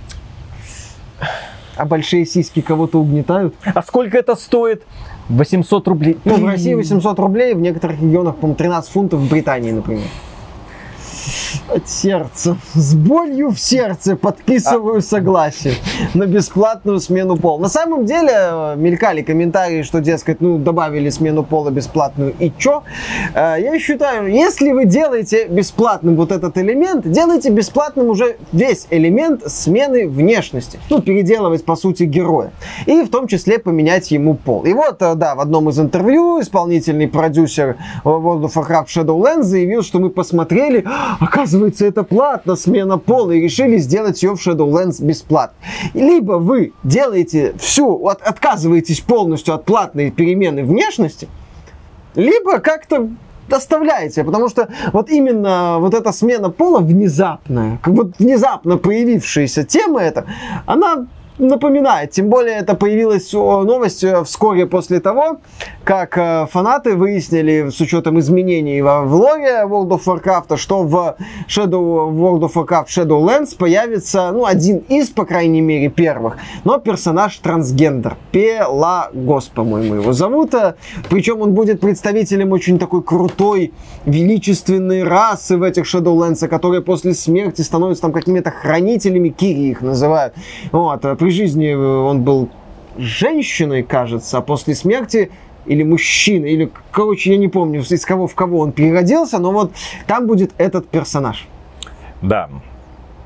А большие сиськи кого-то угнетают? А сколько это стоит? восемьсот рублей. Ну, в России восемьсот рублей, в некоторых регионах, по-моему, тринадцать фунтов, в Британии, например. От сердца. С болью в сердце подписываю согласие на бесплатную смену пола. На самом деле, э, мелькали комментарии, что, дескать, ну, добавили смену пола бесплатную и чё? Э, Я считаю, если вы делаете бесплатным вот этот элемент, делайте бесплатным уже весь элемент смены внешности. Ну, переделывать, по сути, героя. И в том числе поменять ему пол. И вот, э, да, в одном из интервью исполнительный продюсер World of Warcraft Shadowlands заявил, что мы посмотрели, оказывается, это платно, смена пола, и решили сделать ее в Shadowlands бесплатно. Либо вы делаете всю, от, отказываетесь полностью от платной перемены внешности, либо как-то доставляете, потому что вот именно вот эта смена пола внезапная, как вот внезапно появившаяся тема эта, она напоминает. Тем более это появилась новость вскоре после того, как фанаты выяснили с учетом изменений в лоре World of Warcraft, что в Shadow, World of Warcraft Shadowlands появится, ну, один из, по крайней мере, первых, но персонаж трансгендер. Пелагос, по-моему, его зовут. Причем он будет представителем очень такой крутой, величественной расы в этих Shadowlands, которые после смерти становятся там какими-то хранителями, Кири их называют. Вот. При жизни он был женщиной, кажется, а после смерти или мужчиной, или, короче, я не помню, из кого в кого он переродился, но вот там будет этот персонаж. Да.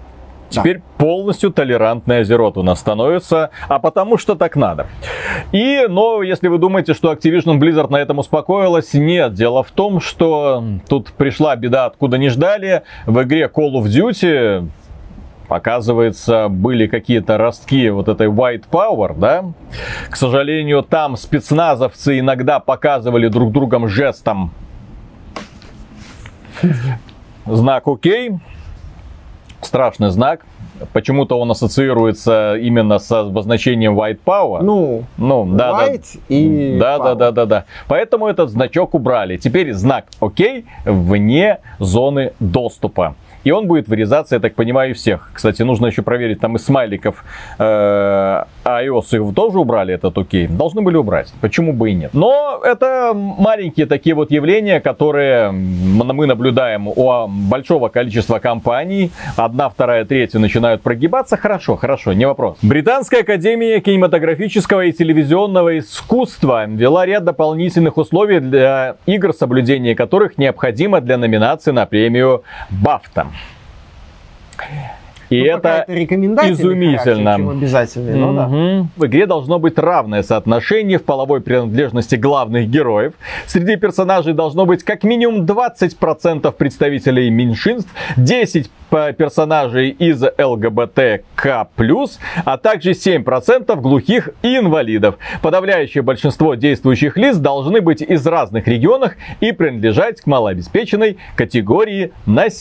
Теперь да. полностью толерантный Азерот у нас становится, а потому что так надо. И, но если вы думаете, что Activision Blizzard на этом успокоилась, нет. Дело в том, что тут пришла беда, откуда не ждали. В игре Call of Duty, оказывается, были какие-то ростки вот этой White Power, да. К сожалению, там спецназовцы иногда показывали друг другом жестом знак «Окей». Страшный знак. Почему-то он ассоциируется именно с обозначением White Power. Ну, ну да, White да. и да, Power. да, да, да, да. Поэтому этот значок убрали. Теперь знак «Окей» вне зоны доступа. И он будет вырезаться, я так понимаю, всех. Кстати, нужно еще проверить, там из смайликов э, iOS их тоже убрали, этот окей. Должны были убрать. Почему бы и нет? Но это маленькие такие вот явления, которые мы наблюдаем у большого количества компаний. Одна, вторая, третья начинают прогибаться. Хорошо, хорошо, не вопрос. Британская академия кинематографического и телевизионного искусства ввела ряд дополнительных условий для игр, соблюдение которых необходимо для номинации на премию бафта. И ну, это изумительно. Чем обязательный, но mm-hmm. да. В игре должно быть равное соотношение в половой принадлежности главных героев. Среди персонажей должно быть как минимум двадцать процентов представителей меньшинств, десять процентов персонажей из эл гэ бэ тэ ка плюс, а также семь процентов глухих и инвалидов. Подавляющее большинство действующих лиц должны быть из разных регионов и принадлежать к малообеспеченной категории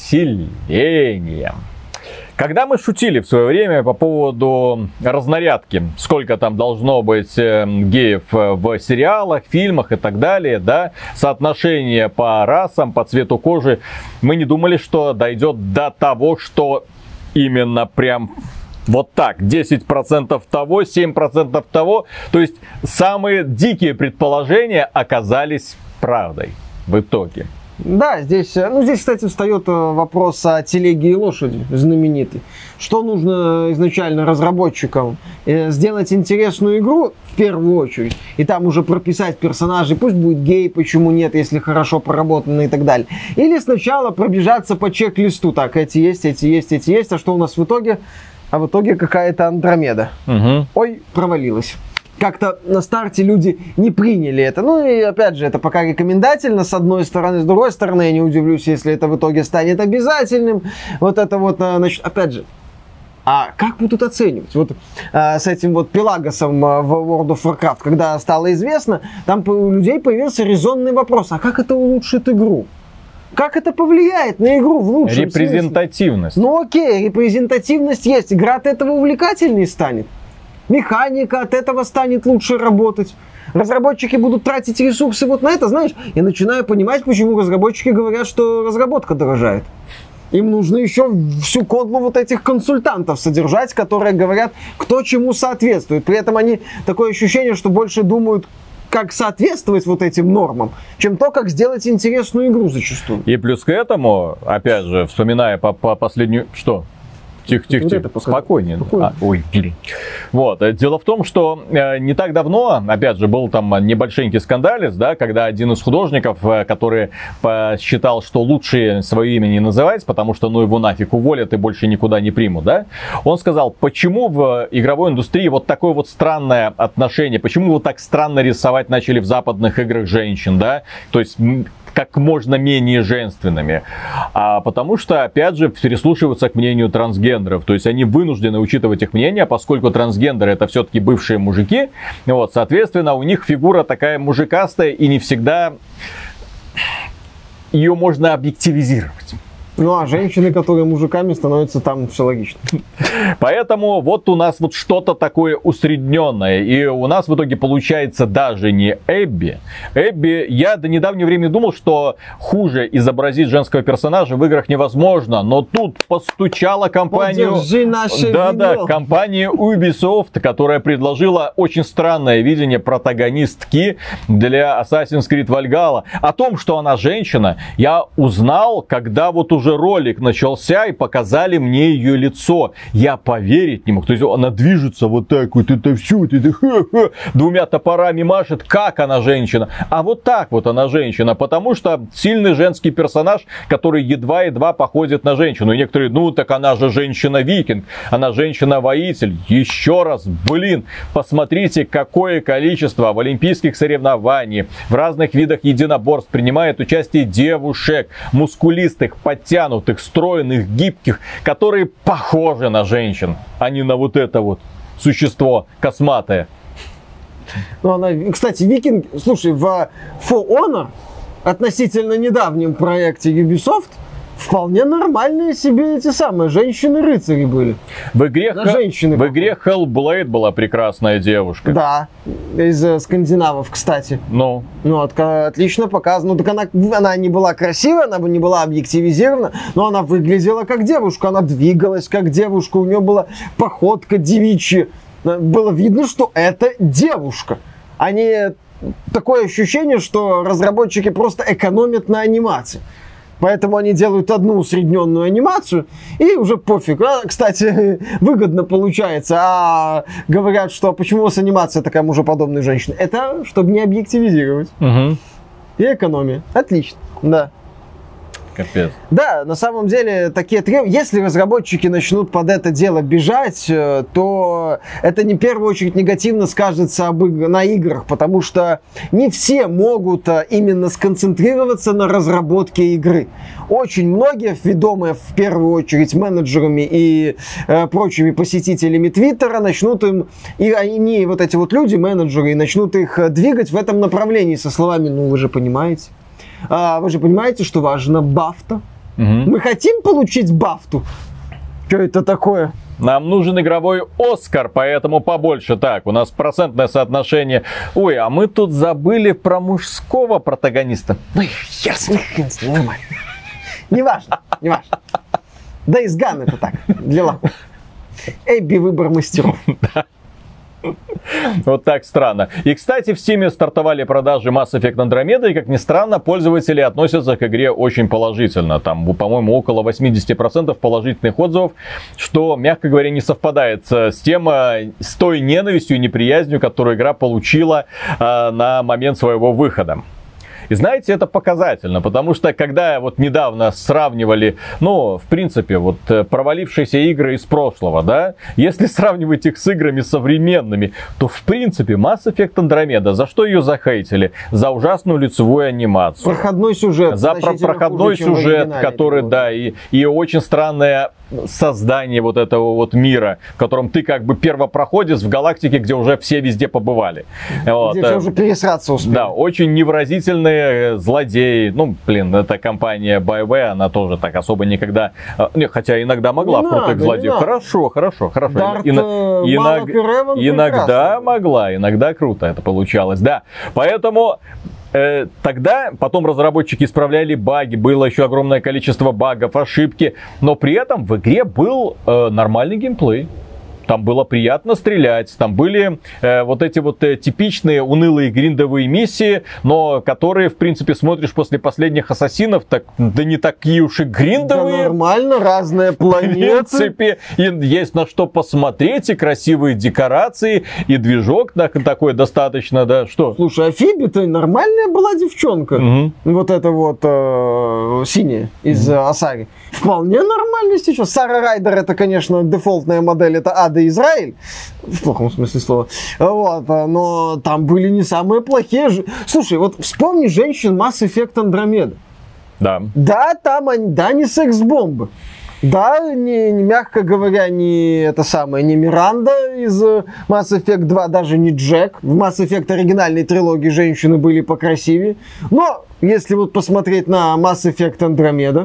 населения. Когда мы шутили в свое время по поводу разнарядки, сколько там должно быть геев в сериалах, фильмах и так далее, да, соотношение по расам, по цвету кожи, мы не думали, что дойдет до того, что именно прям вот так, десять процентов того, семь процентов того, то есть самые дикие предположения оказались правдой в итоге. Да, здесь, ну, здесь, кстати, встает вопрос о телеге и лошади, знаменитый. Что нужно изначально разработчикам? Сделать интересную игру, в первую очередь, и там уже прописать персонажей, пусть будет гей, почему нет, если хорошо проработано и так далее. Или сначала пробежаться по чек-листу, так, эти есть, эти есть, эти есть, а что у нас в итоге? А в итоге какая-то Андромеда. Угу. Ой, провалилась. Как-то на старте люди не приняли это. Ну и опять же, это пока рекомендательно, с одной стороны. С другой стороны, я не удивлюсь, если это в итоге станет обязательным. Вот это вот, значит, опять же. А как будут оценивать? Вот а, с этим вот Пелагосом а, в World of Warcraft, когда стало известно, там у людей появился резонный вопрос. А как это улучшит игру? Как это повлияет на игру в лучшем Репрезентативность. смысле? Ну окей, репрезентативность есть. Игра от этого увлекательнее станет. Механика от этого станет лучше работать. Разработчики будут тратить ресурсы вот на это. Знаешь, я начинаю понимать, почему разработчики говорят, что разработка дорожает. Им нужно еще всю кодлу вот этих консультантов содержать, которые говорят, кто чему соответствует. При этом они, такое ощущение, что больше думают, как соответствовать вот этим нормам, чем то, как сделать интересную игру зачастую. И плюс к этому, опять же, вспоминая по, по последнюю... Что? Тихо, тихо, тихо. Спокойнее. А, ой, блин. Вот. Дело в том, что э, не так давно, опять же, был там небольшенький скандалец, да, когда один из художников, э, который посчитал, что лучше свое имя не называть, потому что ну его нафиг уволят и больше никуда не примут, да, он сказал, почему в игровой индустрии вот такое вот странное отношение, почему вот так странно рисовать начали в западных играх женщин, да, то есть как можно менее женственными. А потому что, опять же, прислушиваются к мнению трансгендеров. То есть они вынуждены учитывать их мнение, поскольку трансгендеры это все-таки бывшие мужики. Вот, соответственно, у них фигура такая мужикастая, и не всегда ее можно объективизировать. Ну а женщины, которые мужиками, становятся там, все логично. Поэтому вот у нас вот что-то такое усредненное. И у нас в итоге получается даже не Эбби. Эбби, я до недавнего времени думал, что хуже изобразить женского персонажа в играх невозможно. Но тут постучала компанию... Поддержи наше да, вино. да, компания Ubisoft, которая предложила очень странное видение протагонистки для Assassin's Creed Valhalla. О том, что она женщина, я узнал, когда вот уже уже ролик начался и показали мне ее лицо. Я поверить не мог. То есть она движется вот так вот, это все, это ха-ха, двумя топорами машет. Как она женщина? А вот так вот она женщина. Потому что сильный женский персонаж, который едва-едва походит на женщину. И некоторые, ну так она же женщина-викинг, она женщина-воитель. Еще раз, блин, посмотрите, какое количество в олимпийских соревнованиях, в разных видах единоборств принимает участие девушек, мускулистых, подтянутых, стройных, гибких, которые похожи на женщин, а не на вот это вот существо косматое. Ну, она, кстати, викинг, слушай, в For Honor, относительно недавнем проекте Ubisoft, вполне нормальные себе эти самые женщины-рыцари были. В игре, на женщины в игре Hellblade была прекрасная девушка. Да, из э, скандинавов, кстати. Ну. Ну, от, отлично показано. Ну, так она, она не была красивая, она бы не была объективизирована, но она выглядела как девушка, она двигалась как девушка, у нее была походка девичья. Было видно, что это девушка, а не такое ощущение, что разработчики просто экономят на анимации. Поэтому они делают одну усредненную анимацию, и уже пофиг. А, кстати, выгодно получается. А говорят, что почему у вас анимация такая мужеподобной женщины? Это чтобы не объективизировать. Угу. И экономия. Отлично. Да. Капец. Да, на самом деле такие требования. Если разработчики начнут под это дело бежать, то это не в первую очередь негативно скажется об иг- на играх, потому что не все могут именно сконцентрироваться на разработке игры. Очень многие, ведомые в первую очередь менеджерами и э, прочими посетителями Твиттера, начнут им, и они, вот эти вот люди, менеджеры, начнут их двигать в этом направлении со словами: ну вы же понимаете. А, вы же понимаете, что важно бафта? Угу. Мы хотим получить бафту? Что это такое? Нам нужен игровой Оскар, поэтому побольше. Так, у нас процентное соотношение. Ой, а мы тут забыли про мужского протагониста. Ну, хер с ним, нормально. Неважно, неважно. Да из Ган это так, для лохов. Эбби выбор мастеров. Вот так странно. И, кстати, в Steam стартовали продажи Mass Effect Andromeda, и, как ни странно, пользователи относятся к игре очень положительно. Там, по-моему, около восемьдесят процентов положительных отзывов, что, мягко говоря, не совпадает с тем, с той ненавистью и неприязнью, которую игра получила э, на момент своего выхода. И знаете, это показательно, потому что когда вот недавно сравнивали, ну, в принципе, вот провалившиеся игры из прошлого, да, если сравнивать их с играми современными, то, в принципе, Mass Effect Andromeda, за что ее захейтили? За ужасную лицевую анимацию. Проходной сюжет. За про- проходной хуже, сюжет, который, да, и, и очень странное создание вот этого вот мира, в котором ты как бы первопроходец в галактике, где уже все везде побывали. Где вот. все уже пересраться успели. Да, очень невыразительные злодеи. Ну, блин, эта компания BioWare, она тоже так особо никогда... Хотя иногда могла не в крутых надо, злодеев. Хорошо, хорошо, хорошо. Дарт, Ин- э, иног- Малок и иногда прекрасно. могла, иногда круто это получалось. Да, поэтому... Э, тогда потом разработчики исправляли баги, было еще огромное количество багов, ошибки, но при этом в игре был э, нормальный геймплей. Там было приятно стрелять, там были э, вот эти вот э, типичные унылые гриндовые миссии, но которые, в принципе, смотришь после последних Ассасинов, так, да не такие уж и гриндовые. Да нормально, разные планеты. В принципе, и есть на что посмотреть, и красивые декорации, и движок такой достаточно, да, что? Слушай, а Фиби-то нормальная была девчонка. Угу. Вот это вот э, синяя из э, Асари. Вполне нормально сейчас. Сара Райдер это, конечно, дефолтная модель, это Ада Израиль. В плохом смысле слова. Вот, но там были не самые плохие. Слушай, вот вспомни женщин Mass Effect Andromeda. Да. Да, там они, да, не секс-бомбы. Да, не, не, мягко говоря, не это самое, не Миранда из Mass Effect два, даже не Джек. В Mass Effect оригинальной трилогии женщины были покрасивее. Но, если вот посмотреть на Mass Effect Andromeda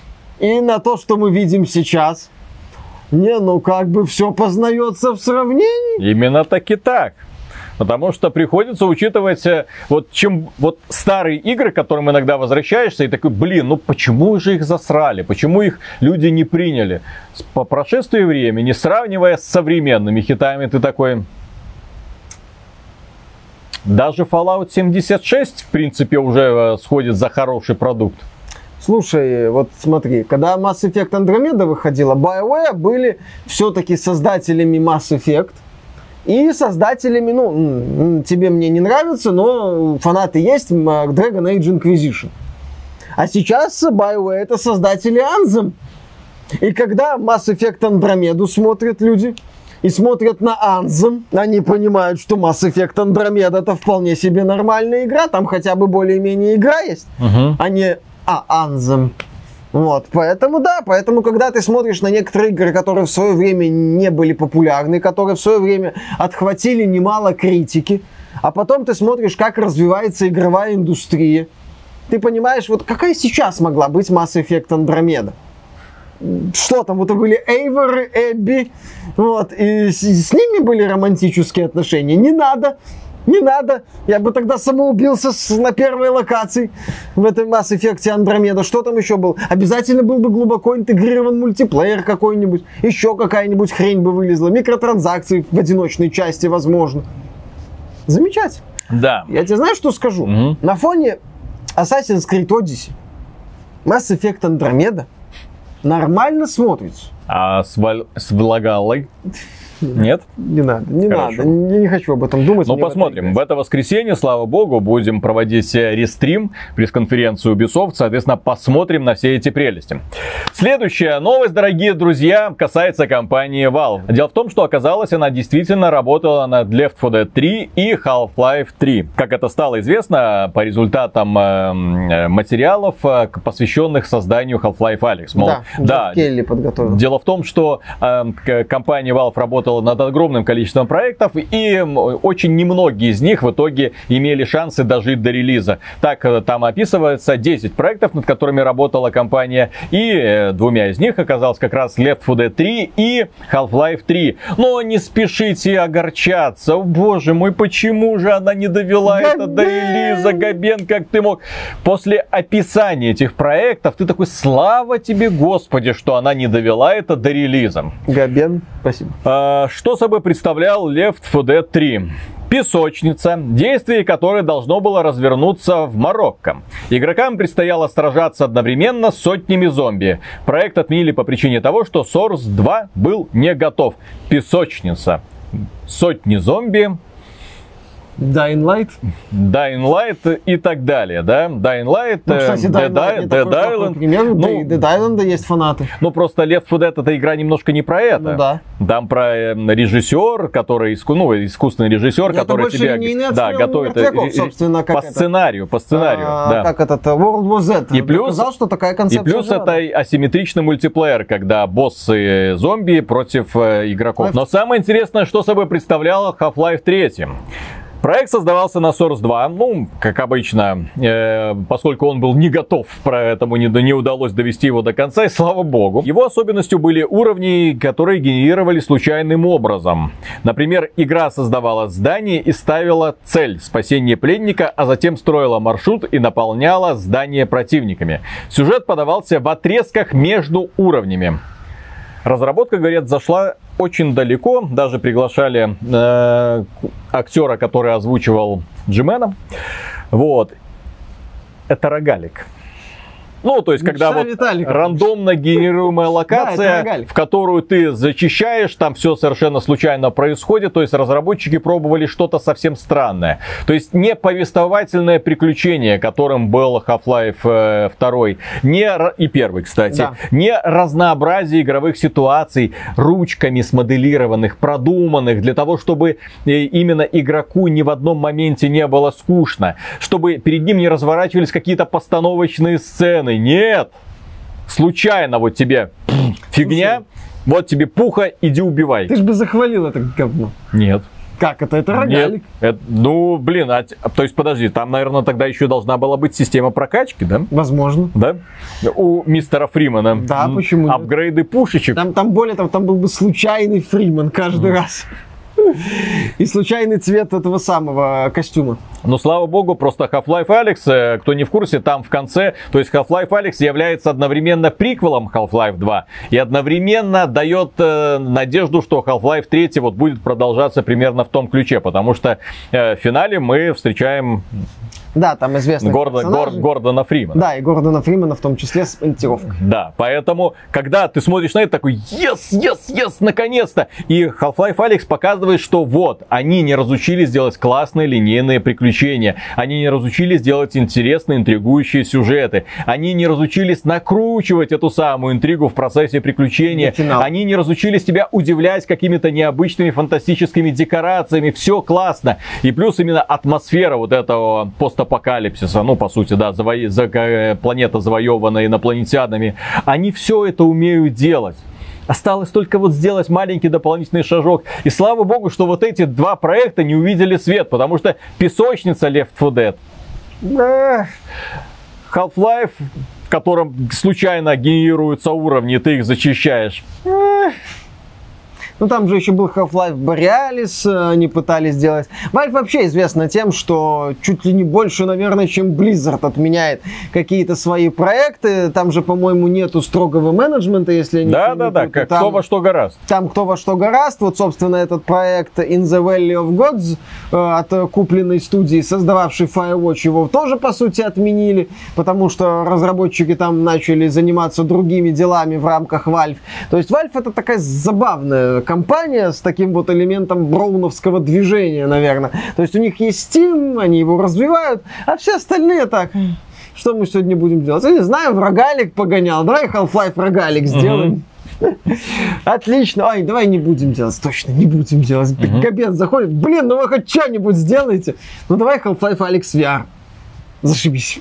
и на то, что мы видим сейчас, не, ну как бы все познается в сравнении. Именно так и так. Потому что приходится учитывать, вот чем вот старые игры, к которым иногда возвращаешься, и такой, блин, ну почему же их засрали, почему их люди не приняли? По прошествии времени, сравнивая с современными хитами, ты такой... Даже Fallout семьдесят шесть, в принципе, уже сходит за хороший продукт. Слушай, вот смотри, когда Mass Effect Andromeda выходила, BioWare были все-таки создателями Mass Effect и создателями, ну, тебе мне не нравится, но фанаты есть, Dragon Age Inquisition. А сейчас BioWare это создатели Anthem. И когда Mass Effect Andromeda смотрят люди и смотрят на Anthem, они понимают, что Mass Effect Andromeda это вполне себе нормальная игра, там хотя бы более-менее игра есть, uh-huh. а не а, Anthem. Вот, поэтому да, поэтому когда ты смотришь на некоторые игры, которые в свое время не были популярны, которые в свое время отхватили немало критики, а потом ты смотришь, как развивается игровая индустрия, ты понимаешь, вот какая сейчас могла быть Mass Effect Andromeda? Что там, вот были Эйвор, Эбби, вот, и с, с ними были романтические отношения. Не надо, не надо. Я бы тогда самоубился с, на первой локации в этом Mass Effect Andromeda. Что там еще был? Обязательно был бы глубоко интегрирован мультиплеер какой-нибудь. Еще какая-нибудь хрень бы вылезла. Микротранзакции в одиночной части, возможно. Замечательно. Да. Я тебе знаешь, что скажу? Mm-hmm. На фоне Assassin's Creed Odyssey Mass Effect Andromeda нормально смотрится. А с, Валь... с Влагалой? Нет? Не надо, не Хорошо. надо. Я не хочу об этом думать. Ну, посмотрим. В это воскресенье, слава богу, будем проводить рестрим, пресс-конференцию Ubisoft. Соответственно, посмотрим на все эти прелести. Следующая новость, дорогие друзья, касается компании Valve. Дело в том, что оказалось, она действительно работала над Left four Dead три и Half-Life три. Как это стало известно по результатам материалов, посвященных созданию Half-Life Alyx. Мол, да, да, Келли подготовил. Дело в том, что э, компания Valve работала над огромным количеством проектов, и очень немногие из них в итоге имели шансы дожить до релиза. Так, там описывается десять проектов, над которыми работала компания, и двумя из них оказалось как раз Left four Dead три и Half-Life три. Но не спешите огорчаться. О, боже мой, почему же она не довела Габен! это до релиза? Габен, как ты мог? После описания этих проектов ты такой: слава тебе, Господи, что она не довела это до релиза. Габен, спасибо. А, что собой представлял Left four Dead три? Песочница, действие которой должно было развернуться в Марокко. Игрокам предстояло сражаться одновременно с сотнями зомби. Проект отменили по причине того, что Source два был не готов. Песочница, сотни зомби, Dying Light. Dying Light и так далее, да? Dying Light, ну, кстати, Dead, Dying Light Dead Island. Пример, ну, Dead Island есть фанаты. Ну, просто Left four Dead эта игра немножко не про это. Ну, да. Там про режиссер, который, ну, искусственный режиссер, это который тебе да, готовит собственно, как по это? сценарию, по сценарию. А, да. Как этот World War Z. И плюс, доказал, что такая концепция и плюс это асимметричный мультиплеер, когда боссы зомби против игроков. Но самое интересное, что собой представляла Half-Life три. Проект создавался на Source два, ну, как обычно, э, поскольку он был не готов, поэтому не, не удалось довести его до конца, и слава богу. Его особенностью были уровни, которые генерировали случайным образом. Например, игра создавала здание и ставила цель — спасение пленника, а затем строила маршрут и наполняла здание противниками. Сюжет подавался в отрезках между уровнями. Разработка, говорят, зашла очень далеко. Даже приглашали э, актера, который озвучивал Джимена. Вот. Это рогалик. Ну, то есть, когда вот Виталика. рандомно генерируемая локация, да, в которую ты зачищаешь, там все совершенно случайно происходит. То есть, разработчики пробовали что-то совсем странное. То есть, не повествовательное приключение, которым был Half-Life два, не, и первый, кстати, да. не разнообразие игровых ситуаций, ручками смоделированных, продуманных, для того, чтобы именно игроку ни в одном моменте не было скучно, чтобы перед ним не разворачивались какие-то постановочные сцены. Нет! Случайно вот тебе фигня, слушай, вот тебе пуха, иди убивай. Ты ж бы захвалил это говно. Нет. Как это? Это рогалик. Нет. Это, ну, блин, а, то есть подожди, там, наверное, тогда еще должна была быть система прокачки, да? Возможно. Да? У мистера Фримана. Да, М- почему нет? Апгрейды пушечек. Там, там более того, там был бы случайный Фриман каждый mm. раз. И случайный цвет этого самого костюма. Ну, слава богу, просто Half-Life Alyx, кто не в курсе, там в конце, то есть Half-Life Alyx является одновременно приквелом Half-Life два и одновременно дает э, надежду, что Half-Life три вот будет продолжаться примерно в том ключе, потому что э, в финале мы встречаем Да, там известный Гордон, Гор, Гордона Фримана. Да, и Гордона Фримана в том числе с монтировкой. Да, поэтому, когда ты смотришь на это, такой, yes, yes, yes, наконец-то! И Half-Life Alyx показывает, что вот, они не разучились делать классные линейные приключения, они не разучились делать интересные, интригующие сюжеты, они не разучились накручивать эту самую интригу в процессе приключения, они не разучились тебя удивлять какими-то необычными фантастическими декорациями, все классно. И плюс именно атмосфера вот этого постапокалипсиса, ну, по сути, да, заво... за... планета завоевана инопланетянами, они все это умеют делать. Осталось только вот сделать маленький дополнительный шажок. И слава богу, что вот эти два проекта не увидели свет, потому что песочница Left фор Dead, Half-Life, в котором случайно генерируются уровни, ты их зачищаешь. Ну, там же еще был Half-Life Borealis, они пытались сделать. Valve вообще известна тем, что чуть ли не больше, наверное, чем Blizzard отменяет какие-то свои проекты. Там же, по-моему, нету строгого менеджмента, если я не Да, да, да, как кто во что гораст. Там кто во что гораст. Вот, собственно, этот проект In the Valley of Gods от купленной студии, создававшей Firewatch, его тоже, по сути, отменили, потому что разработчики там начали заниматься другими делами в рамках Valve. То есть Valve это такая забавная компания с таким вот элементом броуновского движения, наверное. То есть у них есть Steam, они его развивают, а все остальные так... Что мы сегодня будем делать? Я не знаю, в рогалик погонял. Давай Half-Life рогалик сделаем. Uh-huh. Отлично. Ай, давай не будем делать. Точно, не будем делать. Uh-huh. Капец, заходит. Блин, ну вы хоть что-нибудь сделаете. Ну давай Half-Life Alyx ви ар. Зашибись.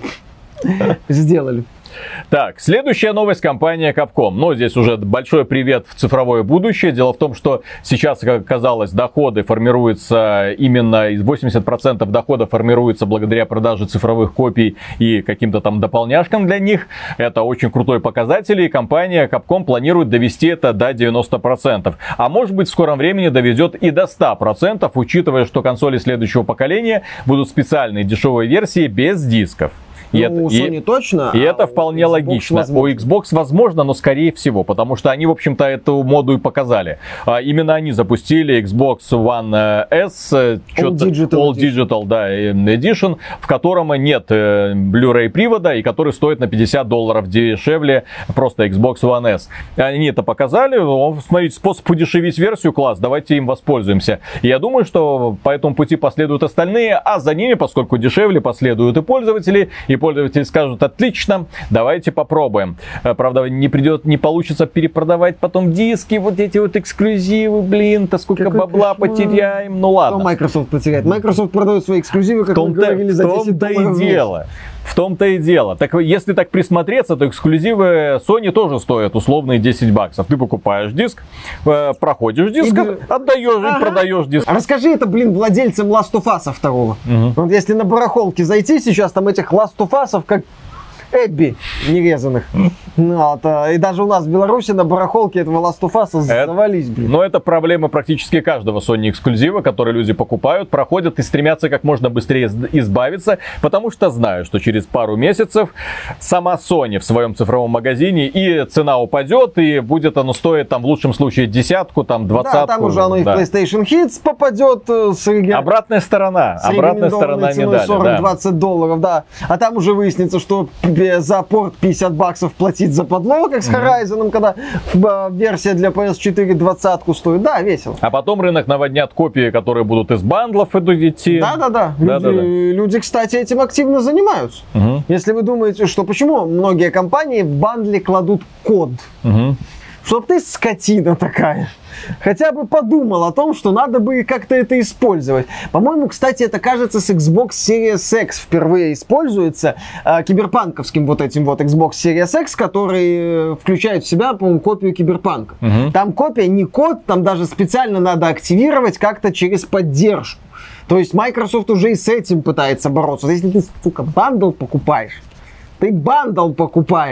Сделали. Так, следующая новость — компания Capcom. Но здесь уже большой привет в цифровое будущее. Дело в том, что сейчас, как оказалось, доходы формируются именно, восемьдесят процентов дохода формируется благодаря продаже цифровых копий и каким-то там дополняшкам для них. Это очень крутой показатель, и компания Capcom планирует довести это до девяноста процентов. А может быть, в скором времени доведет и до ста процентов, учитывая, что консоли следующего поколения будут специальные дешевые версии без дисков. И ну, у это, Sony и, точно. И а это вполне Xbox логично. возможно. У Xbox возможно, но скорее всего, потому что они, в общем-то, эту моду и показали. А, именно они запустили Xbox One S, All Digital, All Digital да, Edition, в котором нет э, Blu-ray привода и который стоит на пятьдесят долларов дешевле просто Xbox One S. Они это показали. О, смотрите, способ удешевить версию, класс, давайте им воспользуемся. И я думаю, что по этому пути последуют остальные, а за ними, поскольку дешевле, последуют и пользователи, и пользователи скажут: отлично, давайте попробуем. Правда, не придет, не получится перепродавать потом диски, вот эти вот эксклюзивы, блин, то сколько Какой бабла кошмар. Потеряем, ну ладно. Что Microsoft потеряет? Microsoft продает свои эксклюзивы, как мы говорили, за десять долларов. В том-то и дело. В том-то и дело. Так если так присмотреться, то эксклюзивы Sony тоже стоят условные десять баксов. Ты покупаешь диск, э, проходишь диск, и... отдаешь ага. и продаешь диск. А расскажи это, блин, владельцам Last of Us второго. Угу. Вот если на барахолке зайти сейчас, там этих Last of Us как Эбби нерезанных. Ну, вот, и даже у нас в Беларуси на барахолке этого Last of Us завались, блин. Но это проблема практически каждого Sony эксклюзива, который люди покупают, проходят и стремятся как можно быстрее избавиться, потому что знают, что через пару месяцев сама Sony в своем цифровом магазине и цена упадет, и будет оно стоить там в лучшем случае десятку, там двадцатку. Да, там уже оно и да. в PlayStation Hits попадет. С реген... Обратная сторона. С обратная сторона медали. сорок-двадцать да. долларов, да. А там уже выяснится, что за порт пятьдесят баксов платить за подлог, как с Horizon, когда версия для пи эс четыре двадцатку стоит. Да, весело. А потом рынок наводнят копии, которые будут из бандлов идти. Да-да-да. Люди, люди, кстати, этим активно занимаются. Угу. Если вы думаете, что почему многие компании в бандле кладут код. Угу. Чтоб ты, скотина такая, хотя бы подумал о том, что надо бы как-то это использовать. По-моему, кстати, это, кажется, с Xbox Series X впервые используется э, киберпанковским вот этим вот Xbox Series X, который э, включает в себя, по-моему, копию киберпанка. Угу. Там копия, не код, там даже специально надо активировать как-то через поддержку. То есть Microsoft уже и с этим пытается бороться. Если ты, сука, бандл покупаешь, ты бандл покупаешь,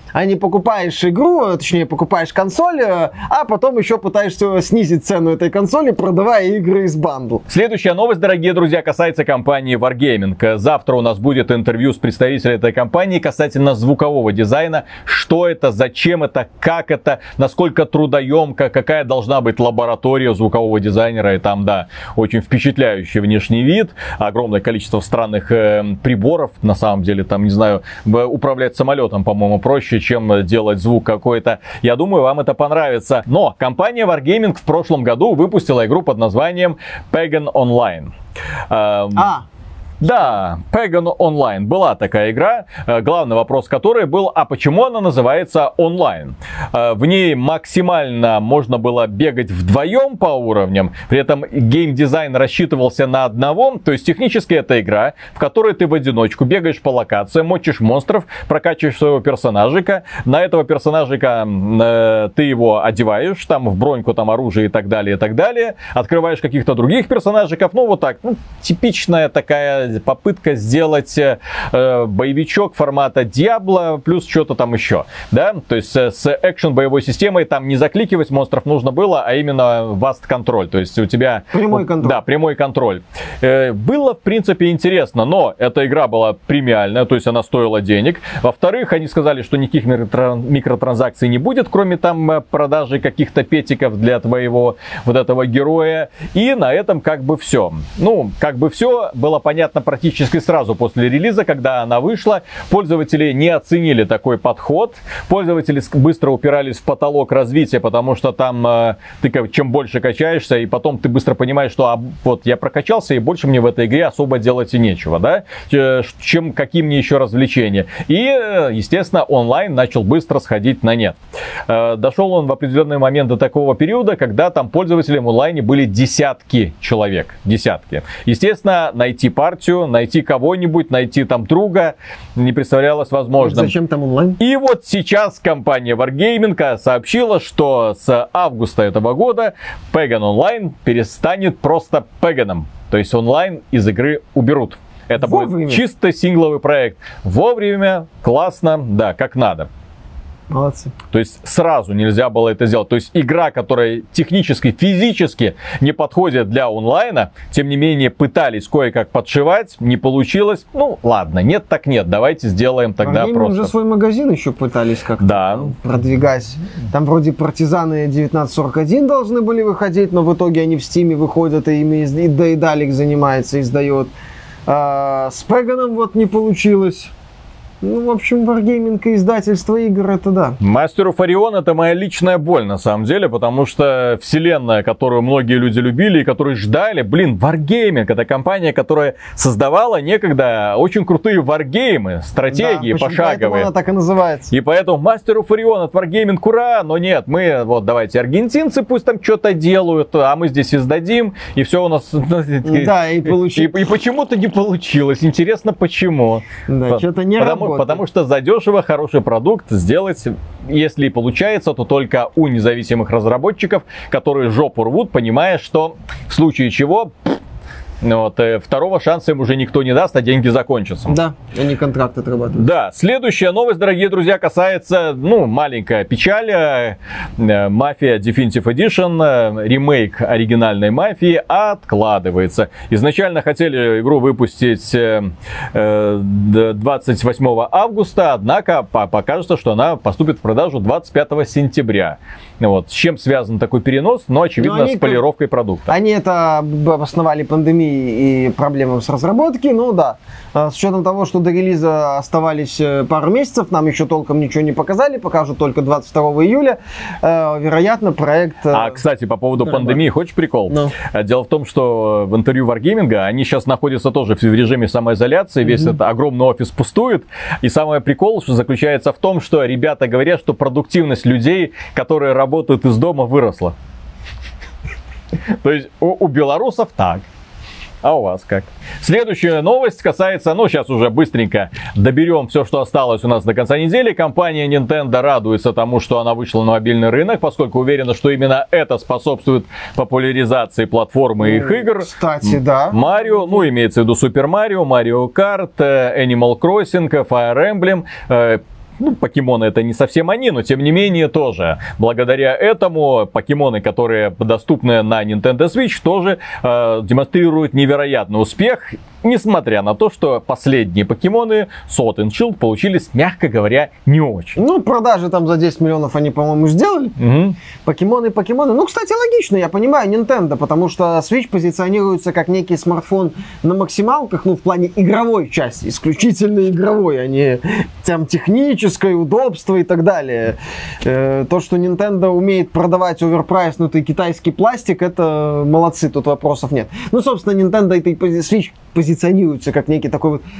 а не покупаешь игру, точнее покупаешь консоль, а потом еще пытаешься снизить цену этой консоли, продавая игры из бандл. Следующая новость, дорогие друзья, касается компании Wargaming. Завтра у нас будет интервью с представителем этой компании касательно звукового дизайна. Что это, зачем это, как это, насколько трудоемко, какая должна быть лаборатория звукового дизайнера. И там, да, очень впечатляющий внешний вид, огромное количество странных э, приборов. На самом деле, там, не знаю, управлять самолетом, по-моему, проще, чем делать звук какой-то. Я думаю, вам это понравится. Но компания Wargaming в прошлом году выпустила игру под названием Pagan Online. А, Да, Pagan Online. Была такая игра, главный вопрос которой был, а почему она называется онлайн? В ней максимально можно было бегать вдвоем по уровням, при этом геймдизайн рассчитывался на одного, то есть технически это игра, в которой ты в одиночку бегаешь по локациям, мочишь монстров, прокачиваешь своего персонажика, на этого персонажика э, ты его одеваешь, там в броньку, там оружие и так далее, и так далее, открываешь каких-то других персонажиков, ну вот так, ну, типичная такая попытка сделать э, боевичок формата Diablo плюс что-то там еще, да, то есть э, с экшен боевой системой там не закликивать монстров нужно было, а именно vast контроль, то есть у тебя прямой контроль. Да, прямой контроль. Э, было в принципе интересно, но эта игра была премиальная, то есть она стоила денег. Во-вторых, они сказали, что никаких микротранзакций не будет, кроме там продажи каких-то петиков для твоего вот этого героя, и на этом как бы все. Ну, как бы все было понятно практически сразу после релиза, когда она вышла. Пользователи не оценили такой подход. Пользователи быстро упирались в потолок развития, потому что там э, ты чем больше качаешься, и потом ты быстро понимаешь, что а, вот я прокачался, и больше мне в этой игре особо делать и нечего, да? Чем какие мне еще развлечения. И, естественно, онлайн начал быстро сходить на нет. Э, дошел он в определенный момент до такого периода, когда там пользователям в онлайне были десятки человек. Десятки. Естественно, найти партию, найти кого-нибудь, найти там друга не представлялось возможным. Зачем там онлайн? И вот сейчас компания Wargaming сообщила, что с августа этого года Pagan Online перестанет просто Pagan'ом. То есть онлайн из игры уберут. Это Вовремя. будет чисто сингловый проект. Вовремя, классно, да, как надо. Молодцы. То есть сразу нельзя было это сделать. То есть игра, которая технически, физически не подходит для онлайна, тем не менее пытались кое-как подшивать, не получилось. Ну ладно, нет так нет, давайте сделаем тогда Wargaming просто. уже свой магазин еще пытались как-то Да. продвигать. Там вроде партизаны девятнадцать сорок один должны были выходить, но в итоге они в Стиме выходят, и ими и Дейдалик занимается, издает. А с Пеганом вот не получилось. Ну, в общем, Wargaming и издательство игр, это да. Master of Orion это моя личная боль, на самом деле, потому что вселенная, которую многие люди любили и которые ждали, блин, Wargaming, это компания, которая создавала некогда очень крутые варгеймы, стратегии да, пошаговые. Поэтому она так и называется. И поэтому Master of Orion от Wargaming, ура, но нет, мы, вот, давайте, аргентинцы пусть там что-то делают, а мы здесь издадим, и все у нас... Да, и получилось. И, и почему-то не получилось, интересно, почему. Да, что-то не Потому, потому что задешево хороший продукт сделать, если и получается, то только у независимых разработчиков, которые жопу рвут, понимая, что в случае чего... Вот, второго шанса им уже никто не даст, а деньги закончатся. Да, они контракт отрабатывают. Да, следующая новость, дорогие друзья, касается, ну, маленькая печаль. Mafia Definitive Edition, ремейк оригинальной Мафии откладывается. Изначально хотели игру выпустить двадцать восьмого августа, однако покажется, что она поступит в продажу двадцать пятого сентября. Вот. С чем связан такой перенос? Но, очевидно, с полировкой продукта. Они это обосновали пандемией и проблемам с разработки, ну да. С учетом того, что до релиза оставались пару месяцев, нам еще толком ничего не показали, покажут только двадцать второго июля. Вероятно, проект... А, кстати, по поводу да, пандемии, да. Хочешь прикол? No. Дело в том, что в интервью Wargaming они сейчас находятся тоже в режиме самоизоляции, mm-hmm. весь этот огромный офис пустует. И самое прикол что заключается в том, что ребята говорят, что продуктивность людей, которые работают из дома, выросла. То есть у белорусов так. А у вас как? Следующая новость касается, ну сейчас уже быстренько доберем все, что осталось у нас до конца недели. Компания Nintendo радуется тому, что она вышла на мобильный рынок, поскольку уверена, что именно это способствует популяризации платформы и их игр. Кстати, да. Марио, ну имеется в виду Супер Марио, Марио Карт, Animal Crossing, Fire Emblem. ну, покемоны это не совсем они, но тем не менее тоже. Благодаря этому покемоны, которые доступны на Nintendo Switch, тоже э, демонстрируют невероятный успех. Несмотря на то, что последние покемоны Sword and Shield получились, мягко говоря, не очень. Ну, продажи там за десять миллионов они, по-моему, сделали. Угу. Покемоны, покемоны. Ну, кстати, логично, я понимаю Nintendo, потому что Switch позиционируется как некий смартфон на максималках, ну, в плане игровой части, исключительно игровой, а не там техническое удобство и так далее. Э, то, что Nintendo умеет продавать оверпрайснутый китайский пластик, это молодцы, тут вопросов нет. Ну, собственно, Nintendo этой Switch позиционируется как некий такой вот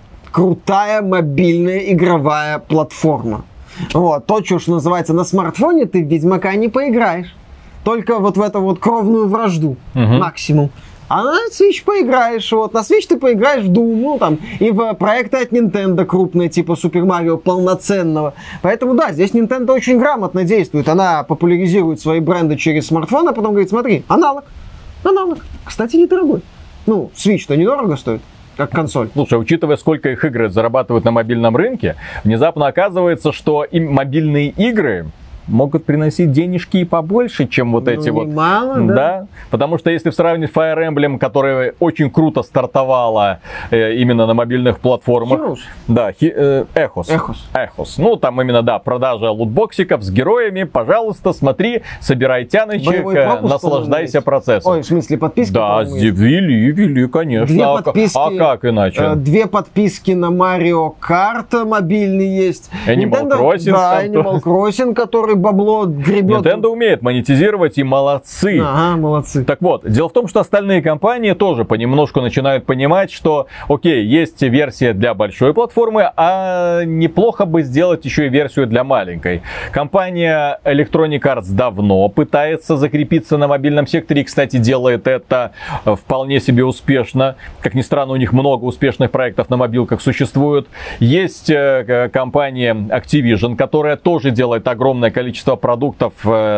крутая мобильная игровая платформа. Вот. То, что называется на смартфоне, ты в Ведьмака не поиграешь. Только вот в эту вот кровную вражду. Угу. Максимум. А на Switch поиграешь. Вот. На Switch ты поиграешь в Doom, ну, там, и в проекты от Nintendo крупные, типа Super Mario полноценного. Поэтому да, здесь Nintendo очень грамотно действует. Она популяризирует свои бренды через смартфон, а потом говорит, смотри, аналог. Аналог. Кстати, недорогой. Ну, Switch-то недорого стоит, как консоль. Слушай, учитывая, сколько их игры зарабатывают на мобильном рынке, внезапно оказывается, что им мобильные игры могут приносить денежки и побольше, чем вот ну, эти вот. Мало, да? Да. Потому что если сравнить Fire Emblem, которая очень круто стартовала э, именно на мобильных платформах. Heroes. Да, хи, э, Echos. Echos. Echos. Ну, там именно, да, продажа лутбоксиков с героями. Пожалуйста, смотри, собирай тяночек, наслаждайся процессом. Ой, в смысле, подписки? Да, вели, вели, конечно. Две а, подписки, а как иначе? Э, две подписки на Mario Kart мобильный есть. Animal Nintendo, Crossing. Да, Animal Crossing, который бабло гребет. Nintendo умеет монетизировать, и молодцы. Ага, молодцы. Так вот, дело в том, что остальные компании тоже понемножку начинают понимать, что, окей, есть версия для большой платформы, а неплохо бы сделать еще и версию для маленькой. Компания Electronic Arts давно пытается закрепиться на мобильном секторе, и, кстати, делает это вполне себе успешно. Как ни странно, у них много успешных проектов на мобилках существует. Есть компания Activision, которая тоже делает огромное количество продуктов,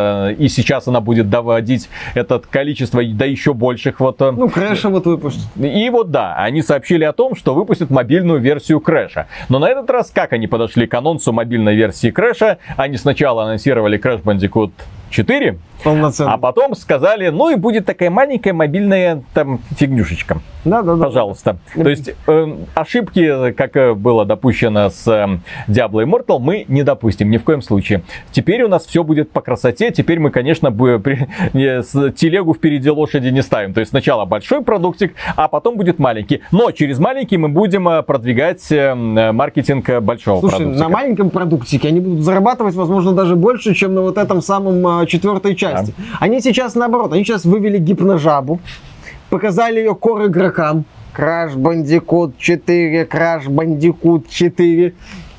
и сейчас она будет доводить это количество до еще больших вот. Ну, Крэша вот выпустят. И вот да, они сообщили о том, что выпустят мобильную версию Крэша. Но на этот раз, как они подошли к анонсу мобильной версии Крэша? Они сначала анонсировали Crash Bandicoot четыре, полноценно, а потом сказали, ну и будет такая маленькая мобильная там фигнюшечка. Да, да, да. Пожалуйста. То есть э, ошибки, как было допущено с э, Diablo Immortal, мы не допустим ни в коем случае. Теперь у нас все будет по красоте. Теперь мы, конечно, будем, при, не, с телегу впереди лошади не ставим. То есть сначала большой продуктик, а потом будет маленький. Но через маленький мы будем продвигать э, маркетинг большого Слушай, продуктика. на маленьком продуктике они будут зарабатывать, возможно, даже больше, чем на вот этом самом четвертой части. Да. Они сейчас наоборот, они сейчас вывели гипножабу, показали ее кор игрокам. Crash Bandicoot четыре, Crash Bandicoot четыре.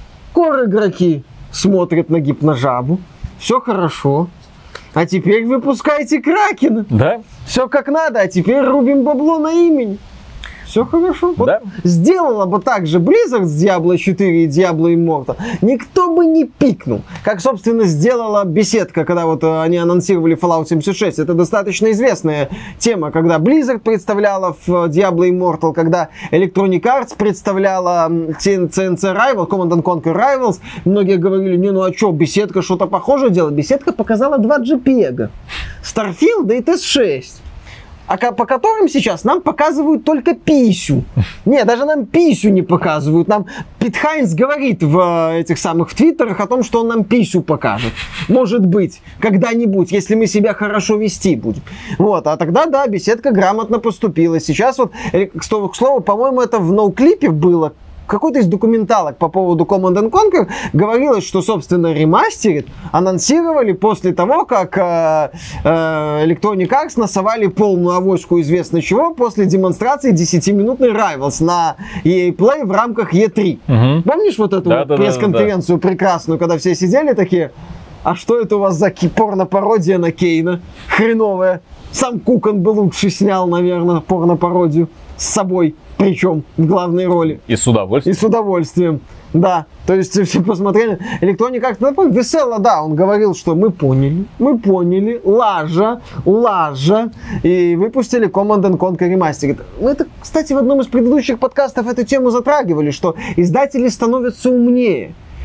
Кор игроки смотрят на гипножабу. Все хорошо. А теперь выпускайте Кракена. Да. Все как надо, а теперь рубим бабло на имени. Все хорошо. Вот да. Сделала бы так же Blizzard с Diablo четыре и Diablo Immortal, никто бы не пикнул. Как, собственно, сделала беседка, когда вот они анонсировали Fallout семьдесят шесть. Это достаточно известная тема, когда Blizzard представляла в Diablo Immortal, когда Electronic Arts представляла си эн си Rivals, Command and Conquer Rivals. Многие говорили, не, ну а что, беседка что-то похожее делает. Беседка показала два джей пи джи. Starfield и ти эс шесть. А по которым сейчас нам показывают только писю. Не, даже нам писю не показывают. Нам Пит Хайнс говорит в этих самых в твиттерах о том, что он нам писю покажет. Может быть, когда-нибудь, если мы себя хорошо вести будем. Вот, а тогда, да, беседка грамотно поступила. Сейчас вот, к слову, по-моему, это в ноуклипе было. Какой-то из документалок по поводу Command and Conquer говорилось, что, собственно, ремастерит анонсировали после того, как э, э, Electronic Arts насовали полную авоську известно чего после демонстрации десятиминутной Rivals на и эй Play в рамках и три. Угу. Помнишь вот эту да, вот да, пресс-конференцию да, да. прекрасную, когда все сидели такие, а что это у вас за порно-пародия на Кейна? Хреновая. Сам Кукон бы лучше снял, наверное, порно-пародию с собой. Причем в главной роли. И с удовольствием. И с удовольствием. Да. То есть все посмотрели. Electronic Arts, ну, весело, да. Он говорил, что мы поняли, мы поняли, лажа, лажа. И выпустили Command and Conquer Remastered. Мы это, кстати, в одном из предыдущих подкастов эту тему затрагивали, что издатели становятся умнее.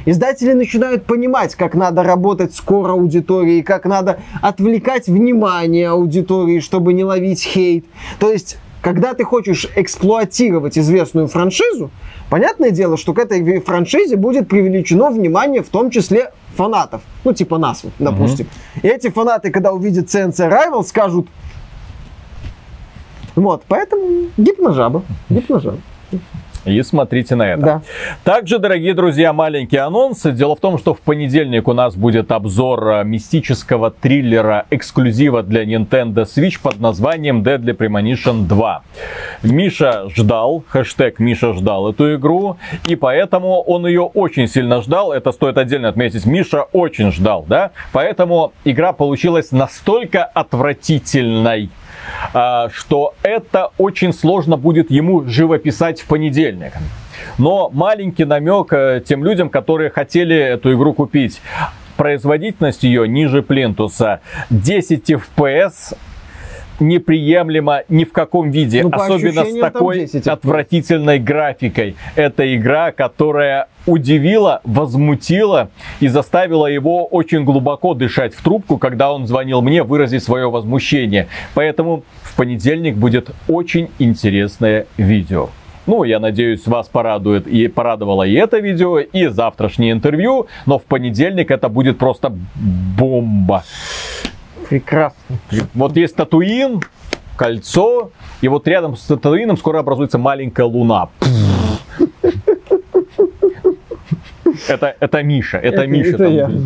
Издатели начинают понимать, как надо работать с кор-аудиторией, как надо отвлекать внимание аудитории, чтобы не ловить хейт. То есть, когда ты хочешь эксплуатировать известную франшизу, понятное дело, что к этой франшизе будет привлечено внимание, в том числе фанатов. Ну, типа нас, вот, допустим. Mm-hmm. И эти фанаты, когда увидят си эн си Rival, скажут... Вот, поэтому гипножаба. Гипножаба. И смотрите на это. Да. Также, дорогие друзья, маленький анонс. Дело в том, что в понедельник у нас будет обзор мистического триллера эксклюзива для Nintendo Switch под названием Deadly Premonition два. Миша ждал, хэштег Миша ждал эту игру, и поэтому он ее очень сильно ждал. Это стоит отдельно отметить. Миша очень ждал, да? Поэтому игра получилась настолько отвратительной, что это очень сложно будет ему живописать в понедельник. Но маленький намек тем людям, которые хотели эту игру купить. Производительность ее ниже плинтуса. десять эф пи эс неприемлемо ни в каком виде. Ну, особенно с такой отвратительной графикой. Это игра, которая удивила, возмутила и заставила его очень глубоко дышать в трубку, когда он звонил мне выразить свое возмущение. Поэтому в понедельник будет очень интересное видео. Ну, я надеюсь, вас порадует и порадовало и это видео, и завтрашнее интервью. Но в понедельник это будет просто бомба. Прекрасно. Вот есть Татуин, кольцо, и вот рядом с Татуином скоро образуется маленькая луна. Это, это Миша, это, это Миша. Это я.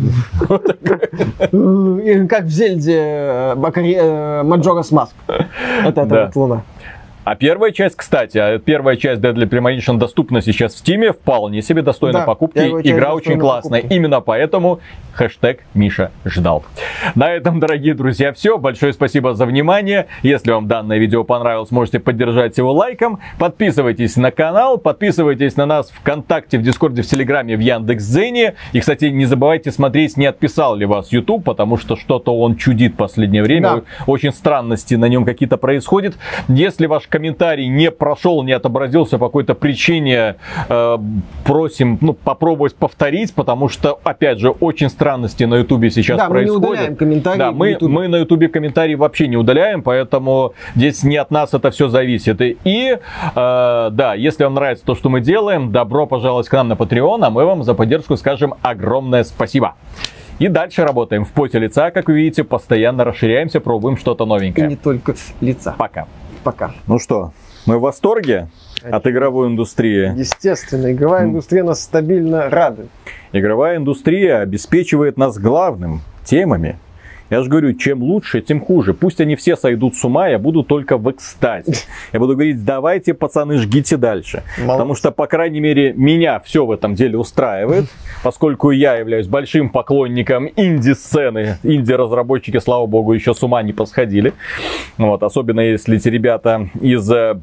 Как в Зельде Маджорас Маск. Это вот луна. А первая часть, кстати, первая часть Deadly Premonition доступна сейчас в Стиме, вполне себе достойна да, покупки. Игра очень классная. Покупки. Именно поэтому хэштег Миша ждал. На этом, дорогие друзья, все. Большое спасибо за внимание. Если вам данное видео понравилось, можете поддержать его лайком. Подписывайтесь на канал, подписывайтесь на нас ВКонтакте, в Дискорде, в Телеграме, в Яндекс.Дзене. И, кстати, не забывайте смотреть, не отписал ли вас YouTube, потому что что-то он чудит в последнее время. Да. Очень странности на нем какие-то происходят. Если ваш комментарий не прошел, не отобразился по какой-то причине, э, просим ну, попробовать повторить, потому что, опять же, очень странности на ютубе сейчас да, происходят. Мы не удаляем комментарии. Да, мы, мы на ютубе комментарии вообще не удаляем, поэтому здесь не от нас это все зависит. И, и э, да, если вам нравится то, что мы делаем, добро пожаловать к нам на Patreon, а мы вам за поддержку скажем огромное спасибо. И дальше работаем в поте лица, как вы видите, постоянно расширяемся, пробуем что-то новенькое. И не только лица. Пока. Пока. Ну что, мы в восторге от игровой индустрии? Естественно, игровая индустрия нас стабильно радует. Игровая индустрия обеспечивает нас главным темами. Я же говорю, чем лучше, тем хуже. Пусть они все сойдут с ума, я буду только в экстазе. Я буду говорить, давайте, пацаны, жгите дальше. Молодец. Потому что, по крайней мере, меня все в этом деле устраивает. Поскольку я являюсь большим поклонником инди-сцены. Инди-разработчики, слава богу, еще с ума не посходили. Вот, особенно если эти ребята из э,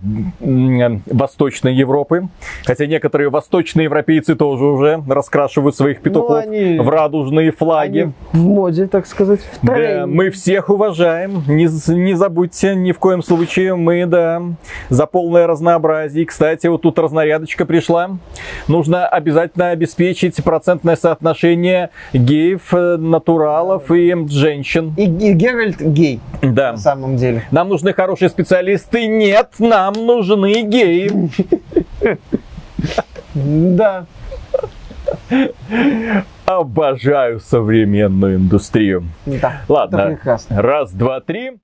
Восточной Европы. Хотя некоторые восточные европейцы тоже уже раскрашивают своих петухов ну, они, в радужные флаги. Они в моде, так сказать. Да, мы всех уважаем, не, не забудьте ни в коем случае, мы, да, за полное разнообразие. Кстати, вот тут разнарядочка пришла. Нужно обязательно обеспечить процентное соотношение геев, натуралов и женщин. И, и Геральт гей, да. На самом деле. Нам нужны хорошие специалисты. Нет, нам нужны геи. Да. Обожаю современную индустрию. Да, ладно, раз, два, три.